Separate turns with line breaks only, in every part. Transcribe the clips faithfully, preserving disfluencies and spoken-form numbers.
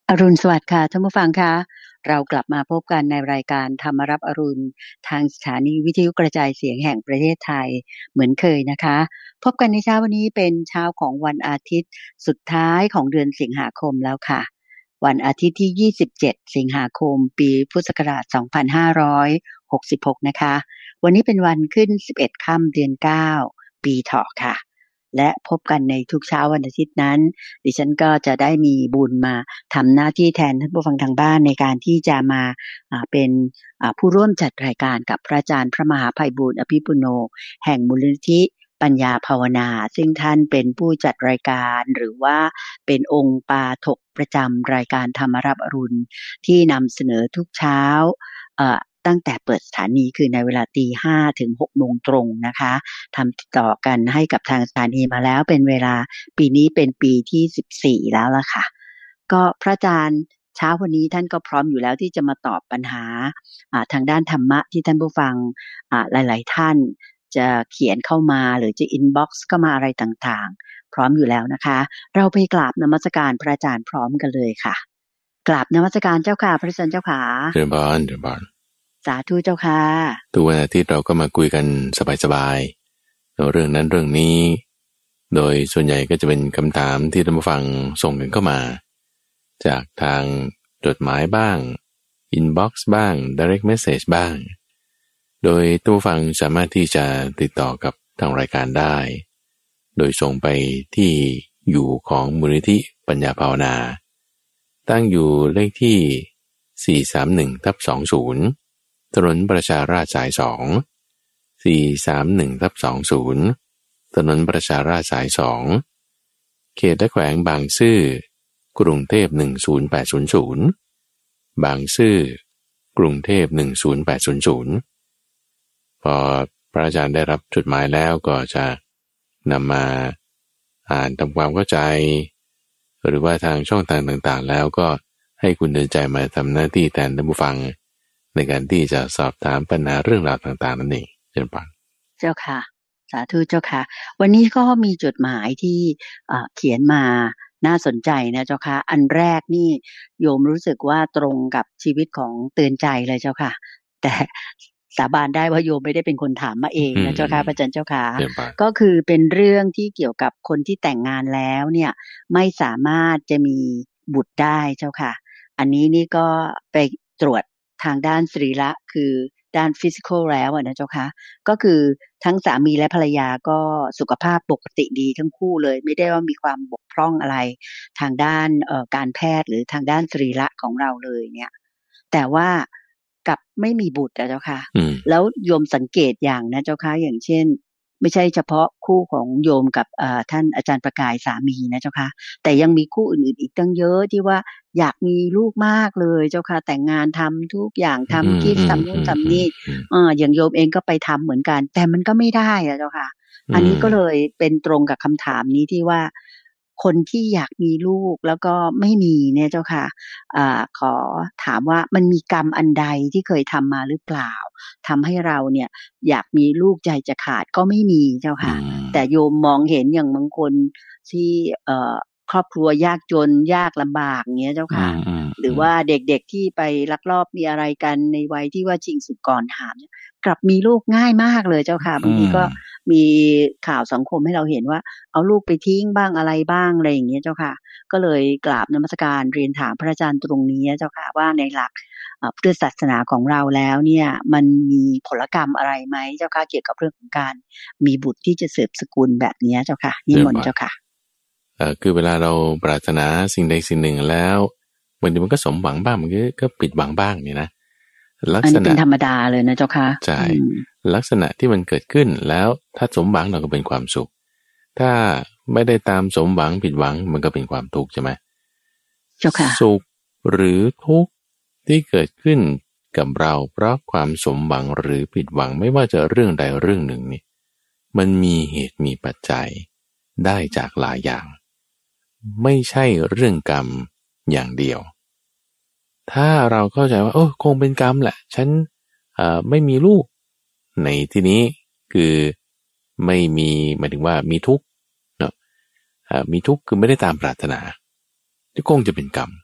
อรุณสวัสดิ์ค่ะท่านผู้ฟังคะเรากลับมาพบกันในรายการธรรมรับอรุณทางสถานีวิทยุกระจายเสียงแห่งประเทศไทยเหมือนเคยนะคะพบกันในเช้าวันนี้เป็นเช้าของวันอาทิตย์สุดท้ายของเดือนสิงหาคมแล้วค่ะวันอาทิตย์ที่ยี่สิบเจ็ดสิงหาคมปีพุทธศักราชสองพันห้าร้อยหกสิบหกนะคะวันนี้เป็นวันขึ้นสิบเอ็ดค่ำเดือนเก้าปีเถาะค่ะและพบกันในทุกเช้าวันอาทิตย์นั้นดิฉันก็จะได้มีบุญมาทำหน้าที่แทนท่านผู้ฟังทางบ้านในการที่จะมาเป็นผู้ร่วมจัดรายการกับพระอาจารย์พระมหาไพบูลย์อภิปุโนแห่งมูลนิธิปัญญาภาวนาซึ่งท่านเป็นผู้จัดรายการหรือว่าเป็นองค์ปาฐกประจำรายการธรรมรับอรุณที่นำเสนอทุกเช้าตั้งแต่เปิดสถานีคือในเวลาตีห้าถึงหกโมงตรงนะคะทำติดต่อกันให้กับทางสถานีมาแล้วเป็นเวลาปีนี้เป็นปีที่สิบสี่แล้วล่ะค่ะก็พระอาจารย์เช้าวันนี้ท่านก็พร้อมอยู่แล้วที่จะมาตอบปัญหาทางด้านธรรมะที่ท่านผู้ฟังหลายๆท่านจะเขียนเข้ามาหรือจะอินบ็อกซ์เข้ามาอะไรต่างๆพร้อมอยู่แล้วนะคะเราไปกราบนมัสการพระอาจารย์พร้อมกันเลยค่ะกราบนมัสการเจ้าค่ะพระอาจารย์เจ้าค่ะ
เดินบานเดินบาน
สาธุเจ้าค่ะ
ทุกวันอาทิตย์เราก็มาคุยกันสบายๆเรื่องนั้นเรื่องนี้โดยส่วนใหญ่ก็จะเป็นคำถามที่ท่านผู้ฟังส่งกันเข้ามาจากทางจดหมายบ้างอินบ็อกซ์บ้าง direct message บ้างโดยท่านผู้ฟังสามารถที่จะติดต่อกับทางรายการได้โดยส่งไปที่อยู่ของมูลนิธิปัญญาภาวนาตั้งอยู่เลขที่สี่สามหนึ่งทับสองศูนย์ถนนประชาราษฎร์สายสอง สี่สามหนึ่งทับสองศูนย์ถนนประชาราษฎร์สายสองเขตและแขวงบางซื่อกรุงเทพหนึ่งศูนย์แปดศูนย์ศูนย์บางซื่อกรุงเทพหนึ่งศูนย์แปดศูนย์ศูนย์พอพระอาจารย์ได้รับจดหมายแล้วก็จะนำมาอ่านทำความเข้าใจหรือว่าทางช่องทางต่างๆแล้วก็ให้คุณเดินใจมาทำหน้าที่แทนท่านผู้ฟังในการที่จะสอบถามปัญหาเรื่องราวต่างๆนั่นเองเชิญฟัง
เจ้าค่ะสาธุเจ้าค่ะวันนี้ก็มีจดหมายที่เขียนมาน่าสนใจนะเจ้าค่ะอันแรกนี่โยมรู้สึกว่าตรงกับชีวิตของเตือนใจเลยเจ้าค่ะแต่สาบานได้ว่าโยมไม่ได้เป็นคนถามมาเองนะเจ้าค่ะพระอาจารย์เจ้าค่ะก็คือเป็นเรื่องที่เกี่ยวกับคนที่แต่งงานแล้วเนี่ยไม่สามารถจะมีบุตรได้เจ้าค่ะอันนี้นี่ก็ไปตรวจทางด้านสรีระคือด้านฟิสิกอลแล้วนะเจ้าค่ะก็คือทั้งสามีและภรรยาก็สุขภาพปกติดีทั้งคู่เลยไม่ได้ว่ามีความบกพร่องอะไรทางด้านเอ่อการแพทย์หรือทางด้านสรีระของเราเลยเนี่ยแต่ว่ากับไม่มีบุตรนะเจ้าค่ะแล้วโยมสังเกตอย่างนะเจ้าค่ะอย่างเช่นไม่ใช่เฉพาะคู่ของโยมกับท่านอาจารย์ประกายสามีนะเจ้าค่ะแต่ยังมีคู่อื่นๆอีกตั้งเยอะที่ว่าอยากมีลูกมากเลยเจ้าค่ะแต่งงานทำทุกอย่างทำกิจทำนู่นทำนี่เอออย่างโยมเองก็ไปทำเหมือนกันแต่มันก็ไม่ได้อะเจ้าค่ะอันนี้ก็เลยเป็นตรงกับคำถามนี้ที่ว่าคนที่อยากมีลูกแล้วก็ไม่มีเนี่ยเจ้าค่ะอ่าขอถามว่ามันมีกรรมอันใดที่เคยทำมาหรือเปล่าทำให้เราเนี่ยอยากมีลูกใจจะขาดก็ไม่มีเจ้าค่ะแต่โยมมองเห็นอย่างบางคนที่เอ่อครอบครัวยากจนยากลำบากเงี้ยเจ้าค่ะหรือว่าเด็กๆที่ไปลักลอบมีอะไรกันในวัยที่ว่าชิงสุกรหามกลับมีลูกง่ายมากเลยเจ้าค่ะบางทีก็มีข่าวสังคมให้เราเห็นว่าเอาลูกไปทิ้งบ้างอะไรบ้างอะไรอย่างเงี้ยเจ้าค่ะก็เลยกราบนมัสการเรียนถามพระอาจารย์ตรงนี้เจ้าค่ะว่าในหลักพุทธศาสนาของเราแล้วเนี่ยมันมีผลกรรมอะไรไหมเจ้าค่ะเกี่ยวกับเรื่องของการมีบุตรที่จะสืบสกุลแบบนี้เจ้าค่ะนิมนต์เจ้าค่ะ
เอ่อคือเวลาเราปรารถนาสิ่งใดสิ่งหนึ่งแล้วบางทีมันก็สมหวังบ้างมันก็ผิดหวังบ้างนี่นะ
ลักษณะเป็นธรรมดาเลยนะเจ้าค่ะ
ใช่ลักษณะที่มันเกิดขึ้นแล้วถ้าสมหวังเราก็เป็นความสุขถ้าไม่ได้ตามสมหวังผิดหวังมันก็เป็นความทุกข์ใช่ไหม
เจ้าค่ะ
สุขหรือทุกข์ที่เกิดขึ้นกับเราเพราะความสมหวังหรือผิดหวังไม่ว่าจะเรื่องใดเรื่องหนึ่งนี่มันมีเหตุมีปัจจัยได้จากหลายอย่างไม่ใช่เรื่องกรรมอย่างเดียวถ้าเราเข้าใจว่าโอ้คงเป็นกรรมแหละฉันเอ่อไม่มีลูกในที่นี้คือไม่มีหมายถึงว่ามีทุกข์เนาะมีทุกข์คือไม่ได้ตามปรารถนาที่คงจะเป็นกรรม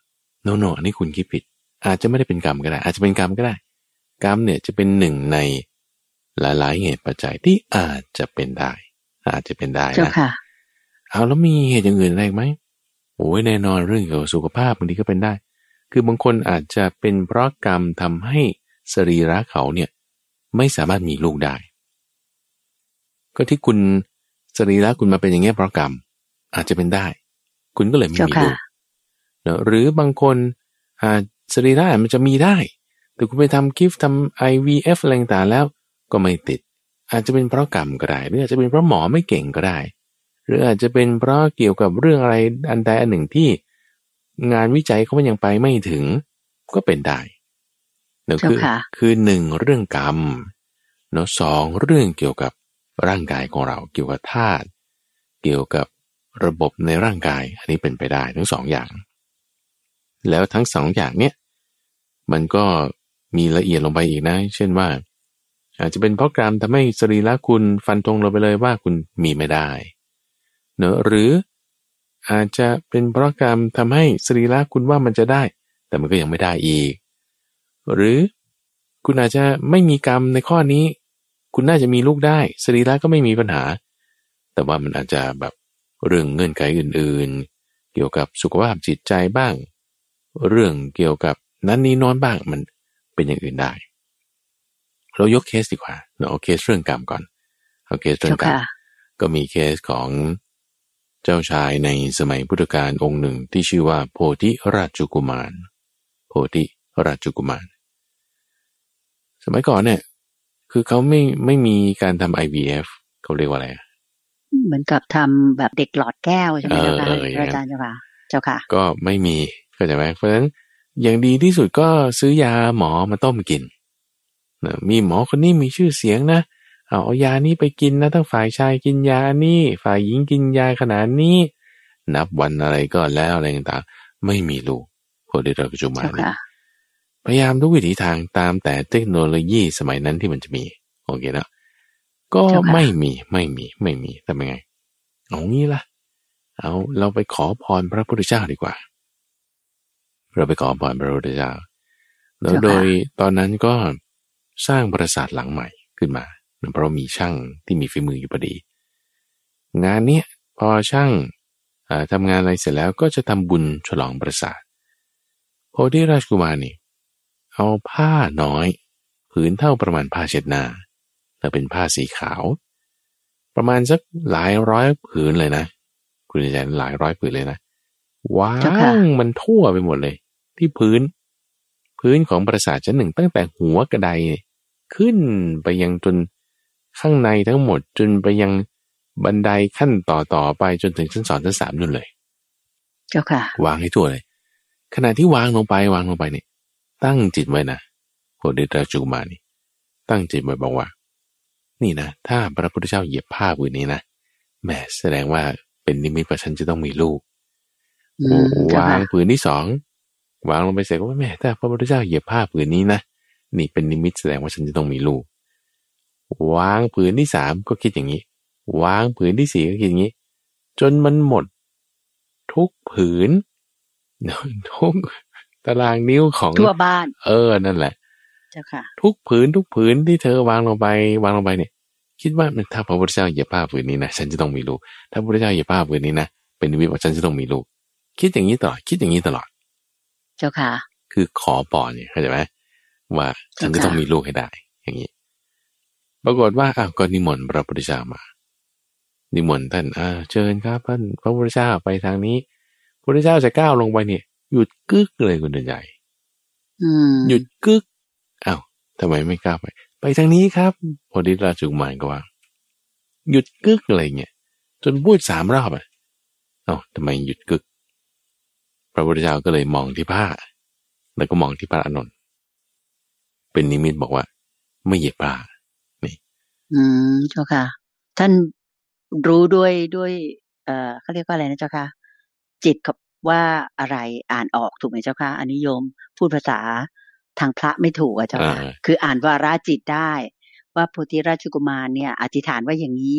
โนโนอันนี้คุณคิดผิดอาจจะไม่ได้เป็นกรรมก็ได้อาจจะเป็นกรรมก็ได้กรรมเนี่ยจะเป็นหนึ่งในหลายๆเหตุปัจจัยที่อาจจะเป็นได้อาจจะเป็นได้นะเอาแล้วมีเหตุอย่างอื่นอะไรไหมโอ้ยแน่นอนเรื่องเกี่ยวกับสุขภาพบางทีก็เป็นได้คือบางคนอาจจะเป็นเพราะกรรมทำให้สรีระเขาเนี่ยไม่สามารถมีลูกได้ก็ที่คุณสรีระคุณมาเป็นอย่างเงี้ยเพราะกรรมอาจจะเป็นได้คุณก็เลยไม่มีลูกนะหรือบางคนอาจสรีระมันจะมีได้แต่คุณไปทำกิฟต์ทำ ไอ วี เอฟ อะไรต่างๆแล้วก็ไม่ติดอาจจะเป็นเพราะกรรมก็ได้หรืออาจจะเป็นเพราะหมอไม่เก่งก็ได้หรืออาจจะเป็นเพราะเกี่ยวกับเรื่องอะไรอันใดอันหนึ่งที่งานวิจัยเขายังไปไม่ถึงก็เป็นได้เนอะคือคือหนึ่งเรื่องกรรมเนอะสองเรื่องเกี่ยวกับร่างกายของเราเกี่ยวกับธาตุเกี่ยวกับระบบในร่างกายอันนี้เป็นไปได้ทั้งสองอย่างแล้วทั้งสองอย่างเนี้ยมันก็มีละเอียดลงไปอีกนะเช่นว่าอาจจะเป็นเพราะกรรมทำให้สรีระคุณฟันธงลงไปเลยว่าคุณมีไม่ได้เนอะหรืออาจจะเป็นเพราะกรรมทำให้สรีระคุณว่ามันจะได้แต่มันก็ยังไม่ได้อีกหรือคุณอาจจะไม่มีกรรมในข้อนี้คุณน่าจะมีลูกได้สรีระก็ไม่มีปัญหาแต่ว่ามันอาจจะแบบเรื่องเงื่อนไขอื่นๆเกี่ยวกับสุขภาพจิตใจบ้างเรื่องเกี่ยวกับนั้นนี้น้อยบ้างมันเป็นอย่างอื่นได้เรายกเคสดีกว่าเราเอาเคสเรื่องกรรมก่อนเอาเคสเรื่องกรรมก็มีเคสของเจ้าชายในสมัยพุทธกาลองค์หนึ่งที่ชื่อว่าโพธิราชกุมารโพธิราชกุมารสมัยก่อนเนี่ยคือเขาไม่ไม่มีการทำ ไอ วี เอฟ เขาเรียกว่าอะไร
เหมือนกับทำแบบเด็กหลอดแก้วใช่ไหมเจ้าค่ะอาจารย์เจ้าค่ะเจ้าค่ะ
ก็ไม่มีเข้าใจไหมเพราะฉะนั้นอย่างดีที่สุดก็ซื้อยาหมอมาต้มกินนะมีหมอคนนี้มีชื่อเสียงนะเอาเอายานี้ไปกินนะทั้งฝ่ายชายกินยานี้ฝ่ายหญิงกินยาขนาดนี้นับวันอะไรก็แล้วอะไรต่างๆไม่มีลูกโพธิราชกุมารนี่พยายามทุกวิถีทางตามแต่เทคโนโลยีสมัยนั้นที่มันจะมีโอเคนะก็ไม่มีไม่มีไม่มีทำยังไงเอางี้ล่ะเอาเราไปขอพรพระพุทธเจ้าดีกว่าเราไปขอพรพระพุทธเจ้าแล้วโดยตอนนั้นก็สร้างปราสาทหลังใหม่ขึ้นมาเพราะมีช่างที่มีฝีมืออยู่พอดีงานนี้พอช่างทำงานอะไรเสร็จแล้วก็จะทำบุญฉลองปราสาทโพธิราชกุมารนี่เอาผ้าน้อยผืนเท่าประมาณผ้าเช็ดหน้าแต่เป็นผ้าสีขาวประมาณสักหลายร้อยผืนเลยนะคุณอาจารย์หลายร้อยผืนเลยนะว้างมันทั่วไปหมดเลยที่พื้นพื้นของปราสาทชั้นหนึ่งตั้งแต่หัวกระไดขึ้นไปยังจนข้างในทั้งหมดจนไปยังบันไดขั้นต่อต่อไปจนถึงชั้นสองชั้นสามนู่นเลย
เจ้าค่ะ
วางให้ทั่วเลยขณะที่วางลงไปวางลงไปเนี่ยตั้งจิตไว้นะโพธิราชกุมารนี่ตั้งจิตไว้บอกว่านี่นะถ้าพระพุทธเจ้าเหยียบผ้าผืนนี้นะแหมแสดงว่าเป็นนิมิตว่าฉันจะต้องมีลูกวางผืนที่สองวางลงไปเสร็จว่าแม่ถ้าพระพุทธเจ้าเหยียบผ้าผืนนี้นะนี่เป็นนิมิตแสดงว่าฉันจะต้องมีลูกวางผืนที่สามก็คิดอย่างนี้วางผืนที่สี่ก็คิดอย่างนี้จนมันหมดทุกผืนทุกตารางนิ้วของ
ทั่วบ้าน
เออนั่นแหละ
เจ้าค่ะ
ทุกผืนทุกผืนที่เธอวางลงไปวางลงไปเนี่ยคิดว่าถ้าพระพุทธเจ้าเหยียบผ้าผืนนี้นะฉันจะต้องมีลูกถ้าพระพุทธเจ้าเหยียบผ้าผืนนี้นะเป็นนิมิตว่าฉันจะต้องมีลูกคิดอย่างนี้ตลอดคิดอย่างนี้ตลอด
เจ้าค่ะ
คือขอปอนเนี่ยเข้าใจไหมว่าฉันจะต้องมีลูกให้ได้อย่างนี้ปรากฏว่าอ้าวก็นิมนต์พระพุทธเจ้ามานิมนต์ท่านอ่าเชิญครับท่านพระพุทธเจ้าไปทางนี้พระพุทธเจ้าจะก้าวลงไปเนี่ยหยุดกึกเลยคุณใหญ่หยุดกึกอ้าวทำไมไม่ก้าวไปไปทางนี้ครับโพธิราชกุมารก็ว่าหยุดกึกอะไรเงี้ยจนพูดสามรอบอ่ะอ้าวทำไมหยุดกึกพระพุทธเจ้าก็เลยมองที่ผ้าแล้วก็มองที่พระอานนท์เป็นนิมิตบอกว่าไม่เหยียบผ้านี่
อืมเจ้าค่ะท่านรู้ด้วยด้วยเอ่อเขาเรียกว่าอะไรนะเจ้าค่ะจิตว่าอะไรอ่านออกถูกไหมเจ้าค่ะอันนี้โยมพูดภาษาทางพระไม่ถูกอ่ะเจ้าค่ะคืออ่านวาระจิตได้ว่าโพธิราชกุมารเนี่ยอธิษฐานว่าอย่างนี้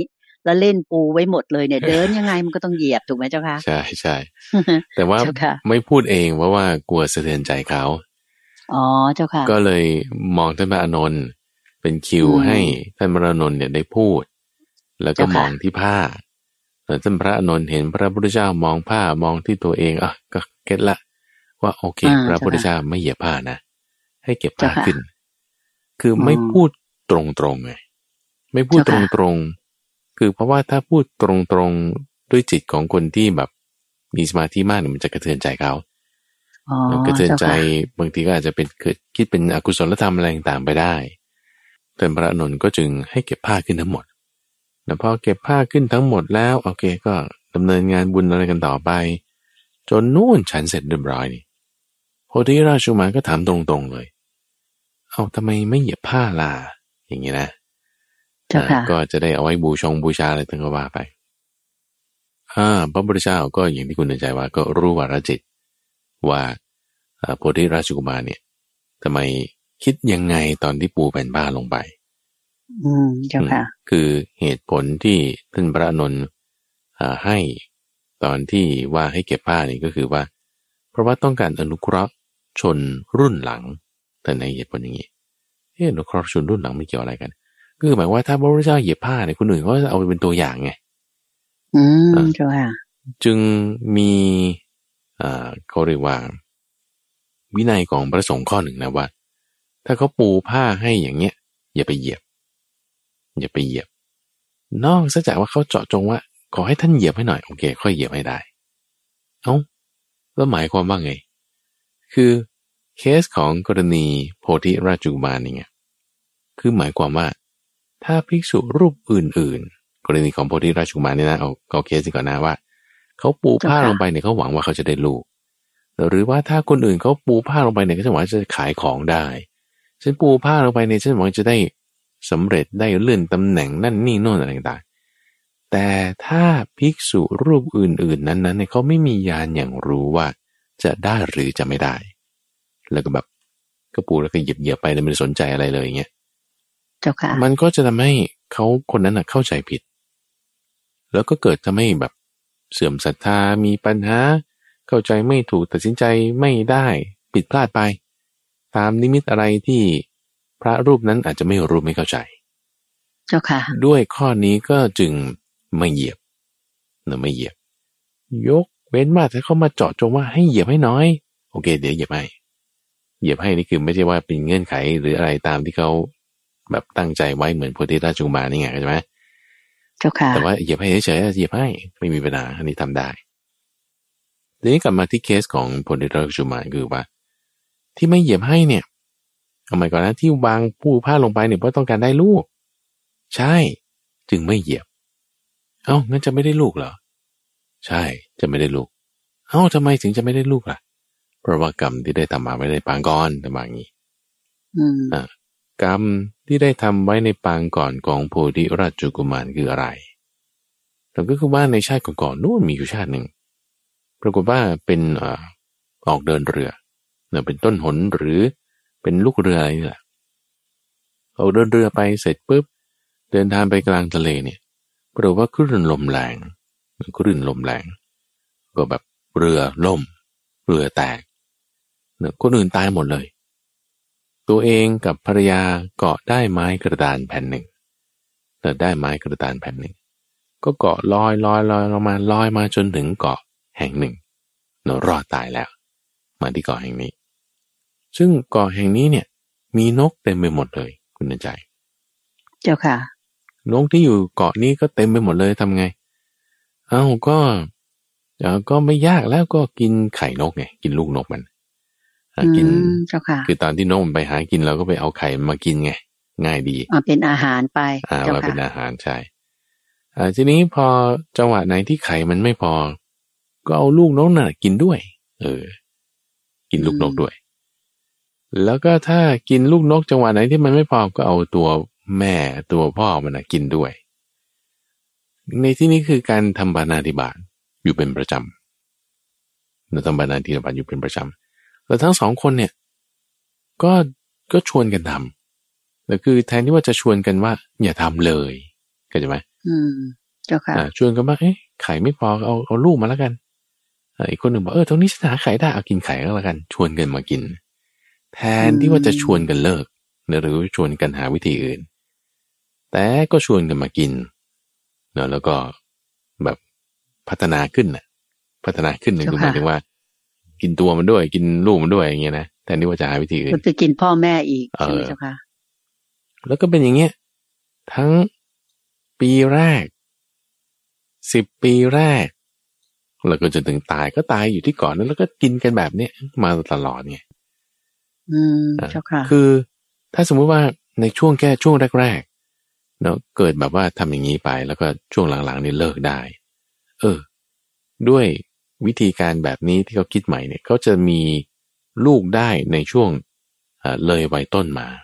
แล้วเล่นปูไว้หมดเลยเนี่ย เดินยังไงมันก็ต้องเหยียบถูกไหมเจ้าค่ะ
ใช่ใช่ แต่ว่าไม่พูดเองเพราะว่ากลัวสะเทือนใจเขา
อ๋อเจ้าค่ะ
ก็เลยมองท่านพระอานนท์เป็นคิวให้ท่านพระอานนท์เนี่ยได้พูดแล้วก็มองที่ผ้าท่านพระอานนท์เห็นพระพุทธเจ้ามองผ้ามองที่ตัวเองอ่ะก็เก็ตละว่าโอเคพระพุทธเจ้าไม่เหยียบผ้านะให้เก็บผ้าขึ้นคือไม่พูดตรงๆไงไม่พูดตรงๆคือเพราะว่าถ้าพูดตรงๆด้วยจิตของคนที่แบบมีสมาธิมากเนี่ยมันจะกระเทือนใจเขากระเทือนใจบางทีก็อาจจะเป็นเกิดคิดเป็นอกุศลธรรมอะไรต่างๆไปได้ท่านพระอานนท์ก็จึงให้เก็บผ้าขึ้นทั้งหมดแล้วพอเก็บผ้าขึ้นทั้งหมดแล้วโอเคก็ดำเนินงานบุญอะไรกันต่อไปจนนู่นฉันเสร็จเรียบร้อยนี่โพธิราชกุมารก็ถามตรงๆเลยเอาทำไมไม่เหยียบผ้าล่ะอย่างนี้นะก็จะได้เอาไว้บูชงบูชาอะไรต่างๆว่าไปอ่าพระพุทธเจ้าก็อย่างที่คุณเดินใจว่าก็รู้วาระจิตว่าโพธิราชกุมารเนี่ยทำไมคิดยังไงตอนที่ปูแผ่นผ้าลงไป
อืมเจ้าค่ะ
คือเหตุผลที่ท่านพระอานนท์ให้ตอนที่ว่าให้เก็บผ้านี่ก็คือว่าเพราะว่าต้องการอนุเคราะห์ชนรุ่นหลังแต่ในเหตุผลอย่างนี้เอออนุเคราะห์ชนรุ่นหลังไม่เกี่ยวอะไรกันคือหมายว่าถ้าพระพุทธเจ้าเหยียบผ้าเนี่ยคนอื่นเขาจะเอาไปเป็นตัวอย่างไง
อืมเจ้าค่ะ
จึงมีอ่าเขาเรียกว่าวินัยของพระสงฆ์ข้อหนึ่งนะว่าถ้าเขาปูผ้าให้อย่างเงี้ยอย่าไปเหยียบอย่าไปเหยียบนอกจากว่าเขาเจาะจงว่าขอให้ท่านเหยียบให้หน่อยโอเคค่อยเหยียบให้ได้เอ้าแล้วหมายความว่าไงคือเคสของกรณีโพธิราชกุมารนี่ไงคือหมายความว่าถ้าภิกษุรูปอื่นๆกรณีของโพธิราชกุมารนี่นะเอาเอาเคสก่อนนะว่าเขาปูผ้าลงไปเนี่ยเขาหวังว่าเขาจะได้ลูกหรือว่าถ้าคนอื่นเขาปูผ้าลงไปเนี่ยก็จะหวังจะขายของได้ฉันปูผ้าลงไปเนี่ยฉันหวังจะได้สำเร็จได้เลื่อนตำแหน่งนั่นนี่โน่นอะไรต่างๆแต่ถ้าภิกษุรูปอื่นๆนั้นๆเนี่ยเขาไม่มีญาณอย่างรู้ว่าจะได้หรือจะไม่ได้แล้วก็แบบก็ปูแล้วก็เหยียบๆไปไม่ได้สนใจอะไรเลยอย่างเงี้ย
เจ้าค่ะ
มันก็จะทำให้เขาคนนั้นน่ะเข้าใจผิดแล้วก็เกิดทำให้แบบเสื่อมศรัทธามีปัญหาเข้าใจไม่ถูกตัดสินใจไม่ได้ผิดพลาดไปตามนิมิตอะไรที่พระรูปนั้นอาจจะไม่รู้ไม่เข้าใจ
เจ้าค่ะ
ด้วยข้อนี้ก็จึงไม่เหยียบเนอะไม่เหยียบยกเว้นว่าถ้าเขามาเจาะจงว่าให้เหยียบให้น้อยโอเคเดี๋ยวเหยียบให้เหยียบให้นี่คือไม่ใช่ว่าเป็นเงื่อนไขหรืออะไรตามที่เขาแบบตั้งใจไว้เหมือนโพธิราชกุมารนี่ไงใช่ไหม
เจ้าค่ะ
แต่ว่าเหยียบให้เฉยๆเหยียบให้ไม่มีปัญหาอันนี้ทำได้ทีนี้กลับมาที่เคสของโพธิราชกุมารคือว่าที่ไม่เหยียบให้เนี่ยเอาหมายก่อนนะที่วางปูผ้าลงไปเนี่ยเพราะต้องการได้ลูกใช่จึงไม่เหยียบเอ้างั้นจะไม่ได้ลูกเหรอใช่จะไม่ได้ลูกเอ้าทำไมถึงจะไม่ได้ลูกล่ะเพราะว่ากรรมที่ได้ทำมาไว้ในปางก่อนแต่บางนี้
อืม
อ่ากรรมที่ได้ทำไว้ในปางก่อนของโพธิราชกุมารคืออะไรแต่ก็คือว่าในชาติก่อนๆนู้นมีอยู่ชาติหนึ่งปรากฏว่าเป็นอ่าออกเดินเรือเนี่ยเป็นต้นหนหรือเป็นลูกเรืออะไรนี่แหละเอาเดินเรือไปเสร็จปุ๊บเดินทางไปกลางทะเลเนี่ยปรากฏว่าคลื่นลมแรงคลื่นลมแรงก็แบบเรือล่มเรือแตกเนี่ยคนอื่นตายหมดเลยตัวเองกับภรรยาเกาะได้ไม้กระดานแผ่นหนึ่งแต่ได้ไม้กระดานแผ่นหนึ่งก็เกาะลอยลอยลอยลงมาลอยมาจนถึงเกาะแห่งหนึ่งเนาะรอดตายแล้วมาที่เกาะแห่งนี้ซึ่งเกาะแห่งนี้เนี่ยมีนกเต็มไปหมดเลยคุณใจ
เจ้าค่ะ
นกที่อยู่เกาะนี้ก็เต็มไปหมดเลยทำไงเอ้าก็เอ้าก็ไม่ยากแล้วก็กินไข่นกไงกินลูกนกมัน
กินเจ้าค่ะ
คือตอนที่นกมันไปหากินเราก็ไปเอาไข่มากินไงง่ายดี
อ่าเป็นอาหารไป
อ่าเราเป็นอาหารใช่อ่าทีนี้พอจังหวะไหนที่ไข่มันไม่พอก็เอาลูกนกน่ะกินด้วยเออกินลูกนกด้วยแล้วก็ถ้ากินลูกนกจังหวะไหนที่มันไม่พอก็เอาตัวแม่ตัวพ่อมันนะกินด้วยในที่นี้คือการทำปาณาติบาตอยู่เป็นประจำเราทำปาณาติบาตอยู่เป็นประจำแล้วทั้งสองคนเนี่ยก็ก็ชวนกันทำแต่คือแทนที่ว่าจะชวนกันว่าอย่าทำเลยเข้าใจไหม
อืมเจ้าค่ะ
ชวนกันว่าเอ๊ะไข่ไม่พอเอาเอาลูกมาแล้วกันอีกคนหนึ่งบอกเออตรงนี้ฉันหาไข่ได้เอากินไข่ก็แล้วกันชวนกันมากินแทนที่ว่าจะชวนกันเลิกหรือชวนกันหาวิธีอื่นแต่ก็ชวนกันมากินเนาะแล้วก็แบบพัฒนาขึ้นน่ะพัฒนาขึ้นหนึ่งคือหมายถึงว่ากินตัวมันด้วยกินลูกมันด้วยอย่างเงี้ยนะแทนที่ว่าจะหาวิธีอื่น
ก็จะกินพ่อแม่อีกใช่ไหมเจ้าค่ะ
แล้วก็เป็นอย่างเงี้ยทั้งปีแรกสิบปีแรกแล้วก็จนถึงตายก็ตายอยู่ที่ก่อนนั้นแล้วก็กินกันแบบเนี้ยมาตลอดไง
อืมเจ้าค่ะ
คือถ้าสมมุติว่าในช่วงแค่ช่วงแรกๆเนาะเกิดแบบว่าทำอย่างนี้ไปแล้วก็ช่วงหลังๆนี่เลิกได้เออด้วยวิธีการแบบนี้ที่เขาคิดใหม่เนี่ยเขาจะมีลูกได้ในช่วงเลยวัยต้นมา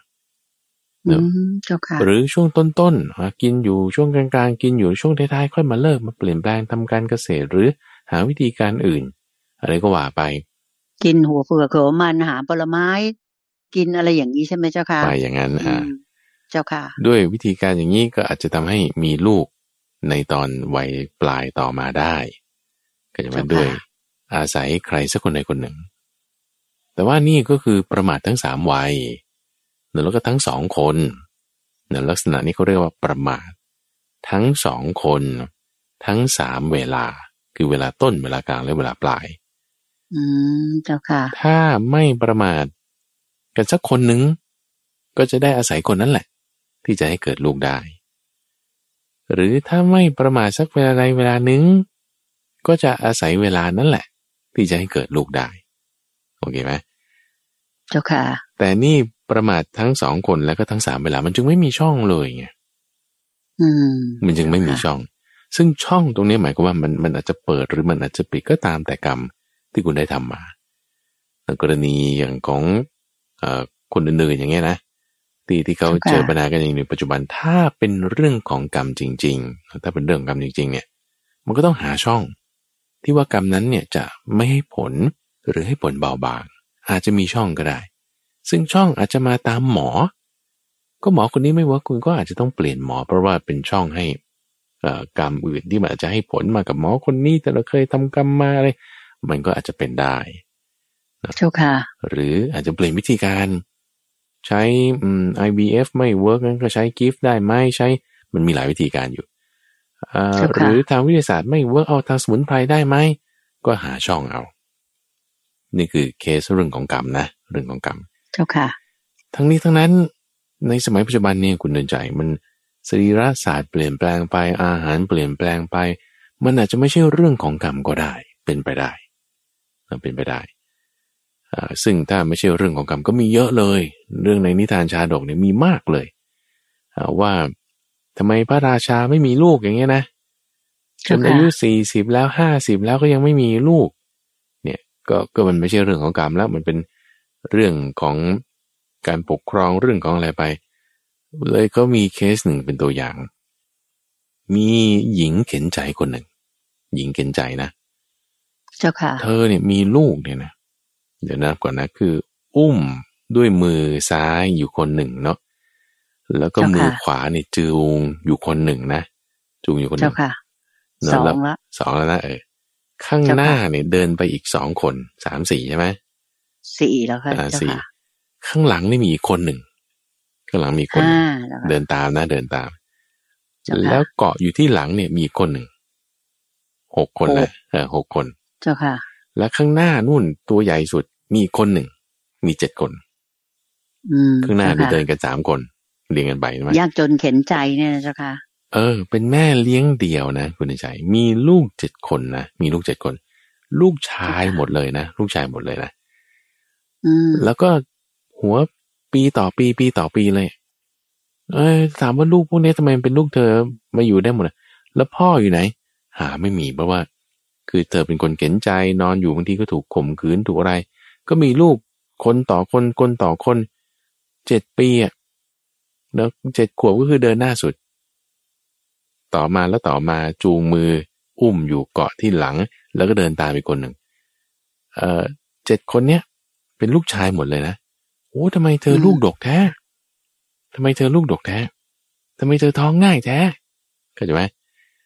หรือช่วงต้นๆกินอยู่ช่วงกลางๆกินอยู่ช่วงท้ายๆค่อยมาเลิกมาเปลี่ยนแปลงทำการเกษตรหรือหาวิธีการอื่นอะไรก็ว่าไป
กินหัวเฟือกหัวมันหาผลไม้กินอะไรอย่างนี้ใช่ไหมเจ้าค่ะ
ไปอย่างนั้นอ่า
เจ้าค่ะ
ด้วยวิธีการอย่างนี้ก็อาจจะทำให้มีลูกในตอนวัยปลายต่อมาได้ก็จะมาด้วยอาศัยใครสักคนใดคนหนึ่งแต่ว่านี่ก็คือประมาททั้งสามวัยแล้วก็ทั้งสองคนในลักษณะนี้เขาเรียกว่าประมาททั้งสองคนทั้งสามเวลาคือเวลาต้นเวลากลางและเวลาปลาย
อืมเจ้าค่ะ
ถ้าไม่ประมาทกันสักคนหนึ่งก็จะได้อาศัยคนนั้นแหละที่จะให้เกิดลูกได้หรือถ้าไม่ประมาทสักเวลาใดเวลาหนึ่งก็จะอาศัยเวลานั้นแหละที่จะให้เกิดลูกได้โอเคไหม
เจ้าค่ะ
แต่นี่ประมาททั้งสองคนแล้วก็ทั้งสามเวลามันจึงไม่มีช่องเลยไง
อืม
มันจึงไม่มีช่องซึ่งช่องตรงนี้หมายความว่ามันมันอาจจะเปิดหรือมันอาจจะปิดก็ตามแต่กรรมที่คุณได้ทำมาในกรณีอย่างของเอ่อคนอื่นๆอย่างเงี้ยนะที่ที่เขาเจอปัญหากันอย่างในปัจจุบันถ้าเป็นเรื่องของกรรมจริงๆถ้าเป็นเรื่องกรรมจริงๆเนี่ยมันก็ต้องหาช่องที่ว่ากรรมนั้นเนี่ยจะไม่ให้ผลหรือให้ผลเบาบางอาจจะมีช่องก็ได้ซึ่งช่องอาจจะมาตามหมอก็หมอคนนี้ไม่ว่าคุณก็อาจจะต้องเปลี่ยนหมอเพราะว่าเป็นช่องให้กรรมอื่นที่มันอาจจะให้ผลมากับหมอคนนี้แต่เราเคยทำกรรมมาอะไรมันก็อาจจะเป็นได้
เจ้าค่ะ
หรืออาจจะเปลี่ยนวิธีการใช้อืม ไอ วี เอฟ ไม่เวิร์กงั้นก็ใช้กิฟต์ได้ไหมใช้มันมีหลายวิธีการอยู่หรือทางวิทยาศาสตร์ไม่เวิร์กเอาทางสมุนไพรได้ไหมก็หาช่องเอานี่คือเคสเรื่องของกรรมนะเรื่องของกรรม
เจ้าค่ะ
ทั้งนี้ทั้งนั้นในสมัยปัจจุบันเนี่ยคุณเดินใจมันสรีรศาสตร์เปลี่ยนแปลงไปอาหารเปลี่ยนแปลงไปมันอาจจะไม่ใช่เรื่องของกรรมก็ได้เป็นไปได้เป็นไปได้ซึ่งถ้าไม่ใช่เรื่องของกรรมก็มีเยอะเลยเรื่องในนิทานชาดกเนี่ยมีมากเลยว่าทำไมพระราชาไม่มีลูกอย่างเงี้ยนะจนอายุสี่สิบแล้วห้าสิบแล้วก็ยังไม่มีลูกเนี่ยก็ก็มันไม่ใช่เรื่องของกรรมแล้วมันเป็นเรื่องของการปกครองเรื่องของอะไรไปเลยก็มีเคสหนึ่งเป็นตัวอย่างมีหญิงเข็นใจคนหนึ่งหญิงเข็นใจนะ
เจ้าค่ะ
เธอเนี่ยมีลูกเนี่ยนะเดี๋ยวนับก่อนนะคืออุ้มด้วยมือซ้ายอยู่คนหนึ่งเนาะแล้วก็มือขวาเนี่ยจูงอยู่คนหนึ่งนะจูงอยู่คนหนึ่ง
สองละ
สองแล้วนะเออข้างหน้าเนี่ยเดินไปอีกสองคนสามสี่ใช่ไหม
สี่แล้วค่ะ
สี่ข้างหลังนี่มีอีกคนหนึ่งข้างหลังมีคนเดินตามนะเดินตามแล้วเกาะอยู่ที่หลังเนี่ยมีคนหนึ่งหกคนนะเออหกคน
เจ้าค่ะ
แล้วข้างหน้านู่นตัวใหญ่สุดมีคนหนึ่งมีเจ็ดคนข้างหน้าเดินกันสามคนเรียงกันไปใช่ไหม
ยากจนเข็นใจเนี่ยนะเจ้าค่ะ
เออเป็นแม่เลี้ยงเดี่ยวนะคุณใจมีลูกเจ็ดคนนะมีลูกเจ็ดคนลูกชายหมดเลยนะลูกชายหมดเลยนะแล้วก็หัวปีต่อปีปีต่อปีเลยเออถามว่าลูกพวกนี้ทำไมเป็นลูกเธอมาอยู่ได้หมดแล้วพ่ออยู่ไหนหาไม่มีเพราะว่าคือเธอเป็นคนเข็นใจนอนอยู่บางทีก็ถูกข่มขืนถูกอะไรก็มีลูกคนต่อคนคนต่อคนเจ็ดปีอ่ะแล้วเจ็ดขวบก็คือเดินหน้าสุดต่อมาแล้วต่อมาจูงมืออุ้มอยู่เกาะที่หลังแล้วก็เดินตามไปคนหนึ่งเอ่อเจ็ดคนเนี้ยเป็นลูกชายหมดเลยนะโอ้ทำไมเธอลูกดกแท้ทำไมเธอลูกดกแท้ทำไมเธอท้องง่ายแท้เข้าใจไหม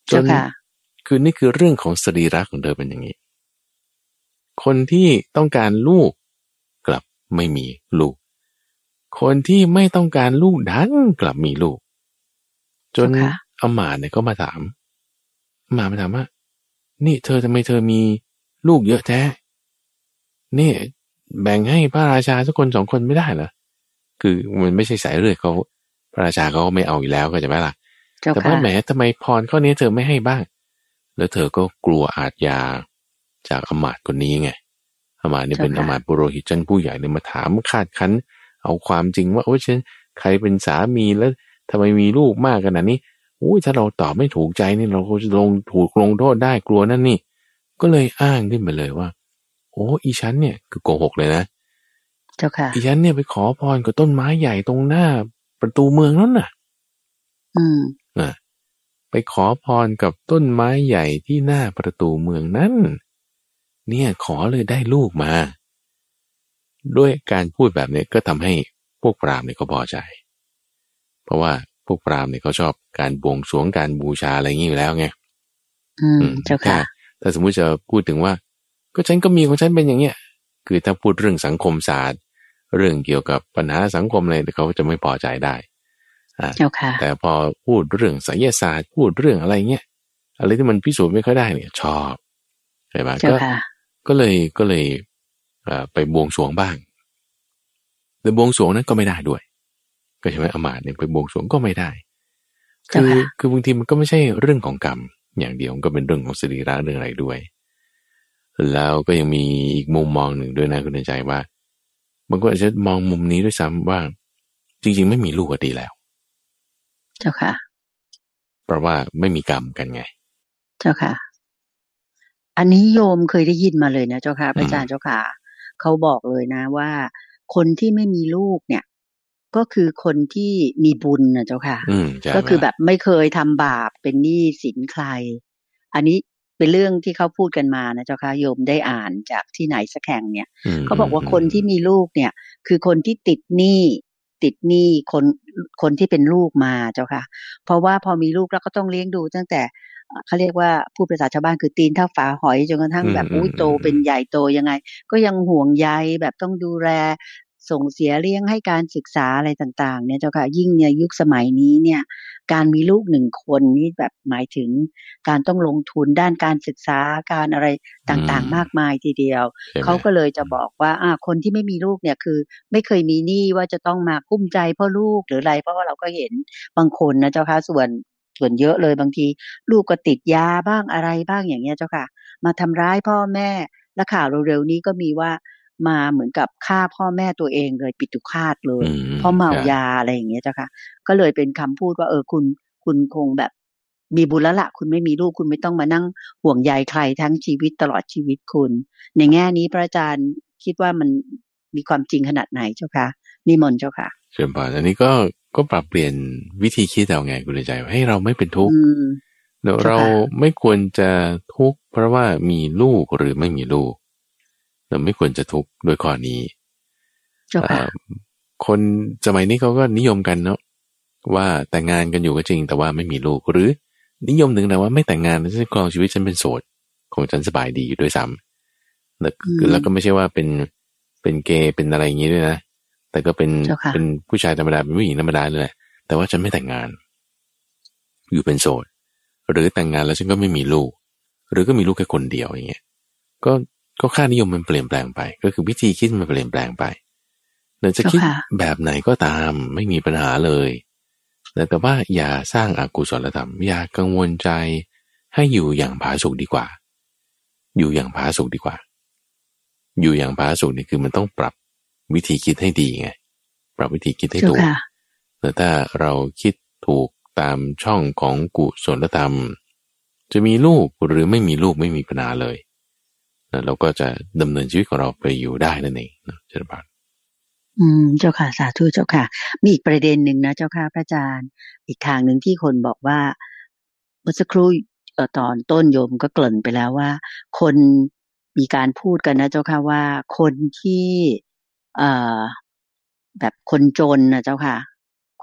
จนคือนี่คือเรื่องของสรีระของเธอเป็นอย่างนี้คนที่ต้องการลูกกลับไม่มีลูกคนที่ไม่ต้องการลูกดันกลับมีลูกจนอมาตย์เนี่ยก็มาถามอมาตย์มาถามว่านี่เธอทำไมเธอมีลูกเยอะแท้นี่แบ่งให้พระราชาสักคนสองคนไม่ได้เหรอคือมันไม่ใช่สายเลือดเขาพระราชาเขาไม่เอาอยู่แล้วก็จะไม่ล่ะแต่ว่าแหมทำไมพรข้อนี้เธอไม่ให้บ้างแล้วเธอก็กลัวอาทยาจากอมาตย์คนนี้ไงอมาตย์นี่เป็นอมาตย์ปุโรหิตชั้นผู้ใหญ่เนี่ยมาถามคาดคั้นเอาความจริงว่าโอ้ฉันใครเป็นสามีแล้วทำไมมีลูกมากขนาดนี้อุ้ยถ้าเราตอบไม่ถูกใจนี่เราจะลงถูกลงโทษได้กลัวนั่นนี่ก็เลยอ้างขึ้นมาเลยว่าโอ้อีฉันเนี่ยคือโกหกเลยนะ
เจ้าค่ะ
อีฉันเนี่ยไปขอพรกับต้นไม้ใหญ่ตรงหน้าประตูเมืองนั่นน่ะ
อืม
อ่ะไปขอพรกับต้นไม้ใหญ่ที่หน้าประตูเมืองนั้นเนี่ยขอเลยได้ลูกมาด้วยการพูดแบบนี้ก็ทำให้พวกพราหมณ์เนี่ยเขาพอใจเพราะว่าพวกพราหมณ์เนี่ยเขาชอบการบวงสรวงการบูชาอะไรอย่างนี้อยู่แล้วไง
อืมเจ้าค่ะ
ถ้าสมมุติจะพูดถึงว่าก็ฉันก็มีของฉันเป็นอย่างเงี้ยคือถ้าพูดเรื่องสังคมศาสตร์เรื่องเกี่ยวกับปัญหาสังคมอะไรเขาจะไม่พอใจได้อ่าแต่พอพูดเรื่องไสยศาสตร์พูดเรื่องอะไรเงี้ยอะไรที่มันพิสูจน์ไม่ค่อยได้เนี่ยชอบใช่ไหมก็ก็เลยก็เลยไปบวงสรวงบ้างแต่บวงสรวงนั้นก็ไม่ได้ด้วยก็ใช่ไหมอมาตย์เนี่ยไปบวงสรวงก็ไม่ได้คือคือบางทีมันก็ไม่ใช่เรื่องของกรรมอย่างเดียวก็เป็นเรื่องของสรีระเรื่องอะไรด้วยแล้วก็ยังมีอีกมุมมองหนึ่งด้วยนะคุณใจว่าบางคนอาจจะมองมุมนี้ด้วยซ้ำว่าจริงๆไม่มีลูกก็ดีแล้ว
เจ้าค่ะ
เพราะว่าไม่มีกรรมกันไง
เจ้าค่ะอันนี้โยมเคยได้ยินมาเลยนะเจ้าค่ะพระอาจารย์เจ้าค่ะเขาบอกเลยนะว่าคนที่ไม่มีลูกเนี่ยก็คือคนที่มีบุญนะเจ้าค่ะก็คือแบบไม่เคยทำบาปเป็นหนี้สินใครอันนี้เป็นเรื่องที่เขาพูดกันมานะเจ้าค่ะโยมได้อ่านจากที่ไหนสักแห่งเนี่ยเขาบอกว่าคนที่มีลูกเนี่ยคือคนที่ติดหนี้ติดหนี้คนคนที่เป็นลูกมาเจ้าค่ะเพราะว่าพอมีลูกแล้วก็ต้องเลี้ยงดูตั้งแต่เขาเรียกว่าพูดภาษาชาวบ้านคือตีนเท่าฝาหอยจนกระทั่งแบบอุ้ยโตเป็นใหญ่โตยังไงก็ยังห่วงใยแบบต้องดูแลส่งเสียเลี้ยงให้การศึกษาอะไรต่างๆเนี่ยเจ้าค่ะยิ่งในยุคสมัยนี้เนี่ยการมีลูกหนึ่งคนนี่แบบหมายถึงการต้องลงทุนด้านการศึกษาการอะไรต่างๆมากมายทีเดียวเขาก็เลยจะบอกว่าอ่าคนที่ไม่มีลูกเนี่ยคือไม่เคยมีหนี้ว่าจะต้องมากุ้มใจเพราะลูกหรืออะไรเพราะว่าเราก็เห็นบางคนนะเจ้าค่ะส่วนส่วนเยอะเลยบางทีลูกก็ติดยาบ้างอะไรบ้างอย่างเงี้ยเจ้าค่ะมาทำร้ายพ่อแม่และข่าวเร็วๆนี้ก็มีว่ามาเหมือนกับฆ่าพ่อแม่ตัวเองเลยปิตุฆาตเลยเพราะเมายาอะไรอย่างเงี้ยเจ้าค่ะก็เลยเป็นคำพูดว่าเออคุณคุณคงแบบมีบุญแล้วละคุณไม่มีลูกคุณไม่ต้องมานั่งห่วงใยใครทั้งชีวิตตลอดชีวิตคุณในแง่นี้พระอาจารย์คิดว่ามันมีความจริงขนาดไหนเจ้าค่ะนิมนต์เจ้าค่ะ
เชิญพรอันนี้ก็ก็ปรับเปลี่ยนวิธีคิดเอาไงคุณใจให้เราไม่เป็นทุกข์เราไม่ควรจะทุกข์เพราะว่ามีลูกหรือไม่มีลูกเราไม่ควรจะทุกข์โดยข้อนี้คนสมัยนี้เขาก็นิยมกันเนาะว่าแต่งงานกันอยู่ก็จริงแต่ว่าไม่มีลูกหรือนิยมถึงแต่ว่าไม่แต่งงานฉันครองชีวิตฉันเป็นโสดของฉันสบายดีอยู่ด้วยซ้ำแล้วก็ไม่ใช่ว่าเป็นเป็นเกย์เป็นอะไรอย่างนี้ด้วยนะแต่ก็เป็นเป็นผู้ชายธรรมดาเป็นผู้หญิงธรรมดาเลยแหละแต่ว่าฉันไม่แต่งงานอยู่เป็นโสดหรือแต่งงานแล้วฉันก็ไม่มีลูกหรือก็มีลูกแค่คนเดียวอย่างเงี้ยก็ก็ค่านิยมมันเปลี่ยนแปลงไปก็คือวิธีคิดมันเปลี่ยนแปลงไปเราจะคิดแบบไหนก็ตามไม่มีปัญหาเลยแต่ว่าอย่าสร้างอกุศลธรรมอย่ากังวลใจให้อยู่อย่างผาสุกดีกว่าอยู่อย่างผาสุกดีกว่าอยู่อย่างผาสุกนี่คือมันต้องปรับวิธีคิดให้ดีไงปรับวิธีคิดให้ถูกแต่ถ้าเราคิดถูกตามช่องของกุศลธรรมจะมีลูกหรือไม่มีลูกไม่มีปัญหาเลยเราก็จะดำเนินชีวิตของเราไปอยู่ได้นั่นเองนะเจ้าค่ะ
อืมเจ้าค่ะสาธุเจ้าค่ะมีอีกประเด็นหนึ่งนะเจ้าค่ะพระอาจารย์อีกทางหนึ่งที่คนบอกว่าเมื่อสักครู่เอ่อตอนต้นโยมก็เกริ่นไปแล้วว่าคนมีการพูดกันนะเจ้าค่ะว่าคนที่เอ่อแบบคนจนนะเจ้าค่ะ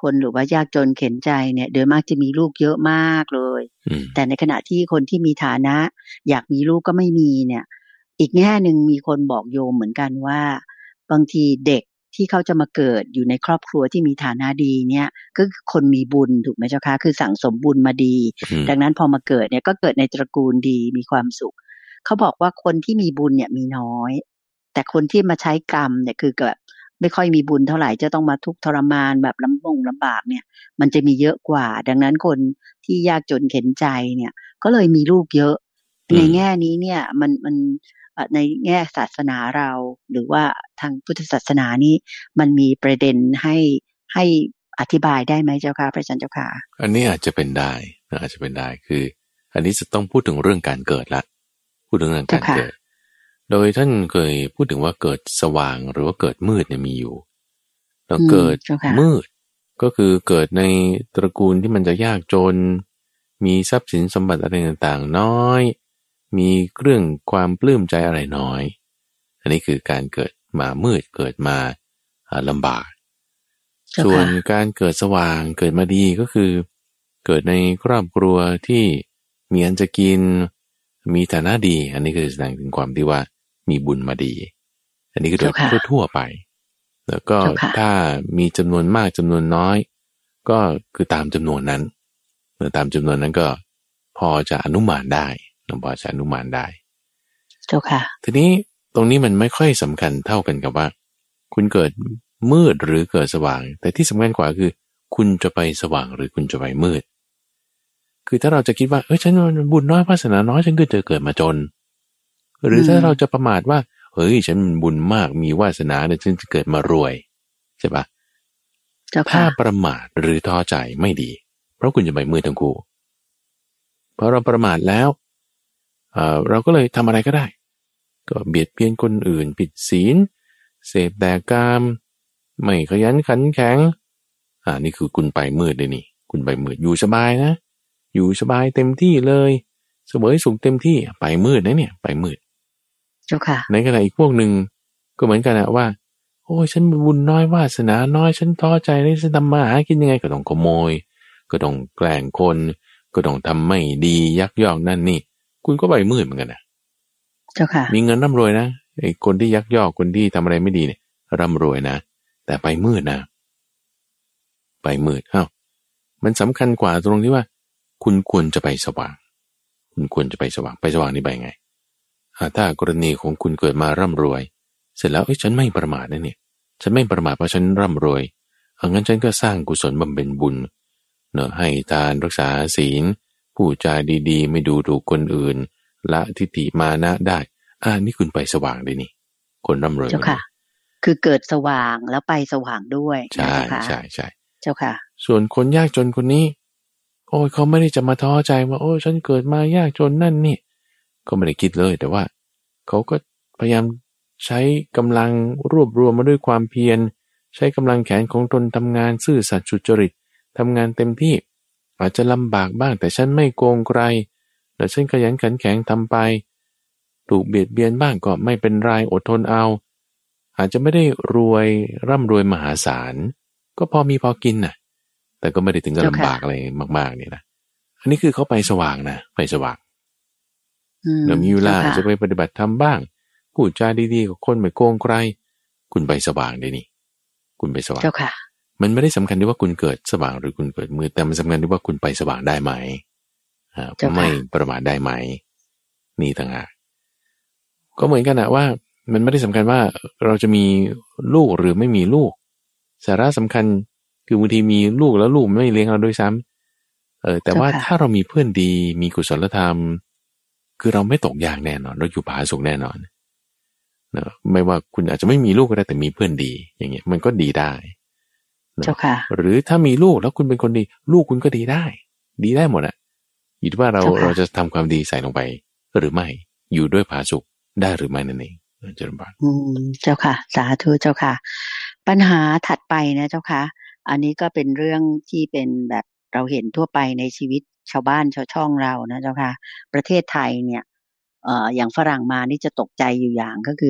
คนหรือว่ายากจนเข็ญใจเนี่ยโดยมากจะมีลูกเยอะมากเลยแต่ในขณะที่คนที่มีฐานะอยากมีลูกก็ไม่มีเนี่ยอีกแง่หนึ่งมีคนบอกโยมเหมือนกันว่าบางทีเด็กที่เขาจะมาเกิดอยู่ในครอบครัวที่มีฐานะดีเนี่ยก็คือคนมีบุญถูกไหมเจ้าคะคือสั่งสมบุญมาดีดังนั้นพอมาเกิดเนี่ยก็เกิดในตระกูลดีมีความสุขเขาบอกว่าคนที่มีบุญเนี่ยมีน้อยแต่คนที่มาใช้กรรมเนี่ยคือแบบไม่ค่อยมีบุญเท่าไหร่จะต้องมาทุกข์ทรมานแบบลำบงลำบากเนี่ยมันจะมีเยอะกว่าดังนั้นคนที่ยากจนเข็ญใจเนี่ยก็เลยมีลูกเยอะในแง่นี้เนี่ยมันมันในแง่ศาสนาเราหรือว่าทางพุทธศาสนานี้มันมีประเด็นให้ให้อธิบายได้ไหมเจ้าค่ะพระอาจารย์เจ้าค่ะ
อันนี้อาจจะเป็นได้อาจจะเป็นได้คืออันนี้จะต้องพูดถึงเรื่องการเกิดละพูดถึงเรื่องการเกิดโดยท่านเคยพูดถึงว่าเกิดสว่างหรือว่าเกิดมืดเนี่ยมีอยู่แล้วเกิดมืดก็คือเกิดในตระกูลที่มันจะยากจนมีทรัพย์สินสมบัติอะไรต่างๆน้อยมีเครื่องความปลื้มใจอะไรน้อยอันนี้คือการเกิดมามืดเกิดมาลำบากส่วนการเกิดสว่างเกิดมาดีก็คือเกิดในครอบครัวที่มีอันจะกินมีฐานะดีอันนี้คือแสดงถึงความที่ว่ามีบุญมาดีอันนี้คือโดยทั่วๆไปแล้วก็ถ้ามีจำนวนมากจำนวนน้อยก็คือตามจำนวนนั้นตามจำนวนนั้นก็พอจะอนุมานได้พอจะอนุมานได้
เจ้าค่ะ
ทีนี้ตรงนี้มันไม่ค่อยสำคัญเท่ากันกับว่าคุณเกิดมืดหรือเกิดสว่างแต่ที่สำคัญกว่าคือคุณจะไปสว่างหรือคุณจะไปมืดคือถ้าเราจะคิดว่าเอ้ยฉันบุญน้อยวาสนาน้อยฉันก็จะเกิดมาจนหรือถ้าเราจะประมาทว่าเฮ้ยฉันบุญมากมีวาสนาเนี่ยฉันจะเกิดมารวยใช่ปะถ้าประมาทหรือท้อใจไม่ดีเพราะคุณจะไปมืดทั้งคู่เพราะเราประมาทแล้วเอ่อเราก็เลยทำอะไรก็ได้ก็เบียดเบียนคนอื่นผิดศีลเสพแต่กามไม่ขยันขันแข็งอ่านี่คือคุณไปมืดเลยนี่คุณไปมืดอยู่สบายนะอยู่สบายเต็มที่เลยเสวยสุขเต็มที่ไปมืดนะเนี่ยไปมืด
เจ้าค่ะ
ในขณะอีกพวกหนึ่งก็เหมือนกันนะว่าโอ้ยฉันบุญน้อยวาสนาน้อยฉันท้อใจเลยฉันทำมาหากินยังไงก็ต้องขโมยก็ต้องแกล้งคนก็ต้องทำไม่ดียักยอกนั่นนี่คุณก็ไปมืดเหมือนกันนะ
เจ้าค่ะ
มีเงินร่ำรวยนะไอ้คนที่ยักยอกคนที่ทำอะไรไม่ดีเนี่ยร่ำรวยนะแต่ไปมืดนะไปมืดอ้าวมันสำคัญกว่าตรงที่ว่าคุณควรจะไปสว่างคุณควรจะไปสว่างไปสว่างนี่ไปไงถ้ากรณีของคุณเกิดมาร่ำรวยเสร็จแล้วเอ้ยฉันไม่ประมาทนะเนี่ยฉันไม่ประมาทเพราะฉันร่ำรวยเอางั้นฉันก็สร้างกุศลบำเพ็ญบุญเนอะให้ทานรักษาศีลพูดจาดีๆไม่ดูถูกคนอื่นละทิฏฐิมานะได้อ่านี่คุณไปสว่างเลยนี่คนร่ำรวย
เจ้าค่ะคือเกิดสว่างแล้วไปสว่างด้วย
ใช่ใช่ใช่
เจ้าค่ะ
ส่วนคนยากจนคนนี้โอ้ยเขาไม่ได้จะมาท้อใจว่าโอ้ยฉันเกิดมายากจนนั่นนี่ก็ไม่ได้คิดเลยแต่ว่าเขาก็พยายามใช้กำลังรวบรวมมาด้วยความเพียรใช้กำลังแขนของตนทำงานซื่อสัตย์สุจริตทำงานเต็มที่อาจจะลำบากบ้างแต่ฉันไม่โกงใครแต่ฉันขยันขันแข็งทำไปถูกเบียดเบียนบ้างก็ไม่เป็นไรอดทนเอาอาจจะไม่ได้รวยร่ำรวยมหาศาลก็พอมีพอกินน่ะแต่ก็ไม่ได้ถึงกับลำบากอะไรมากๆนี่นะอันนี้คือเขาไปสว่างนะไปสว่างเดี๋ยวมีเวลาจะไปปฏิบัติธรรมบ้างพูดจาดีๆกับคนไม่โกงใครคุณไปสว่างได้นี่คุณไปสว่างมันไม่ได้สำคัญที่ว่าคุณเกิดสว่างหรือคุณเกิดมืดแต่มันสำคัญที่ว่าคุณไปสว่างได้ไหมไม่ประมาทได้ไหมนี่ต่างหากก็เหมือนกันนะว่ามันไม่ได้สำคัญว่าเราจะมีลูกหรือไม่มีลูกสาระสำคัญคือบางทีมีลูกแล้วลูกไม่เลี้ยงเราด้วยซ้ำเออแต่ว่าถ้าเรามีเพื่อนดีมีกุศลธรรมคือเราไม่ตกยากแน่นอนเราอยู่ผาสุกแน่นอนเนอะไม่ว่าคุณอาจจะไม่มีลูกก็ได้แต่มีเพื่อนดีอย่างเงี้ยมันก็ดีได้
เจ้าค่ะ
หรือถ้ามีลูกแล้วคุณเป็นคนดีลูกคุณก็ดีได้ดีได้หมดอะอยู่ที่ว่าเราเราจะทำความดีใส่ลงไปหรือไม่อยู่ด้วยผาสุกได้หรือไม่นั่นเองเจริญพร
อืมเจ้าค่ะสาธุเจ้าค่ะปัญหาถัดไปนะเจ้าค่ะอันนี้ก็เป็นเรื่องที่เป็นแบบเราเห็นทั่วไปในชีวิตชาวบ้านชาวช่องเรานะเจ้าค่ะประเทศไทยเนี่ยเอ่ออย่างฝรั่งมานี่จะตกใจอยู่อย่างก็คือ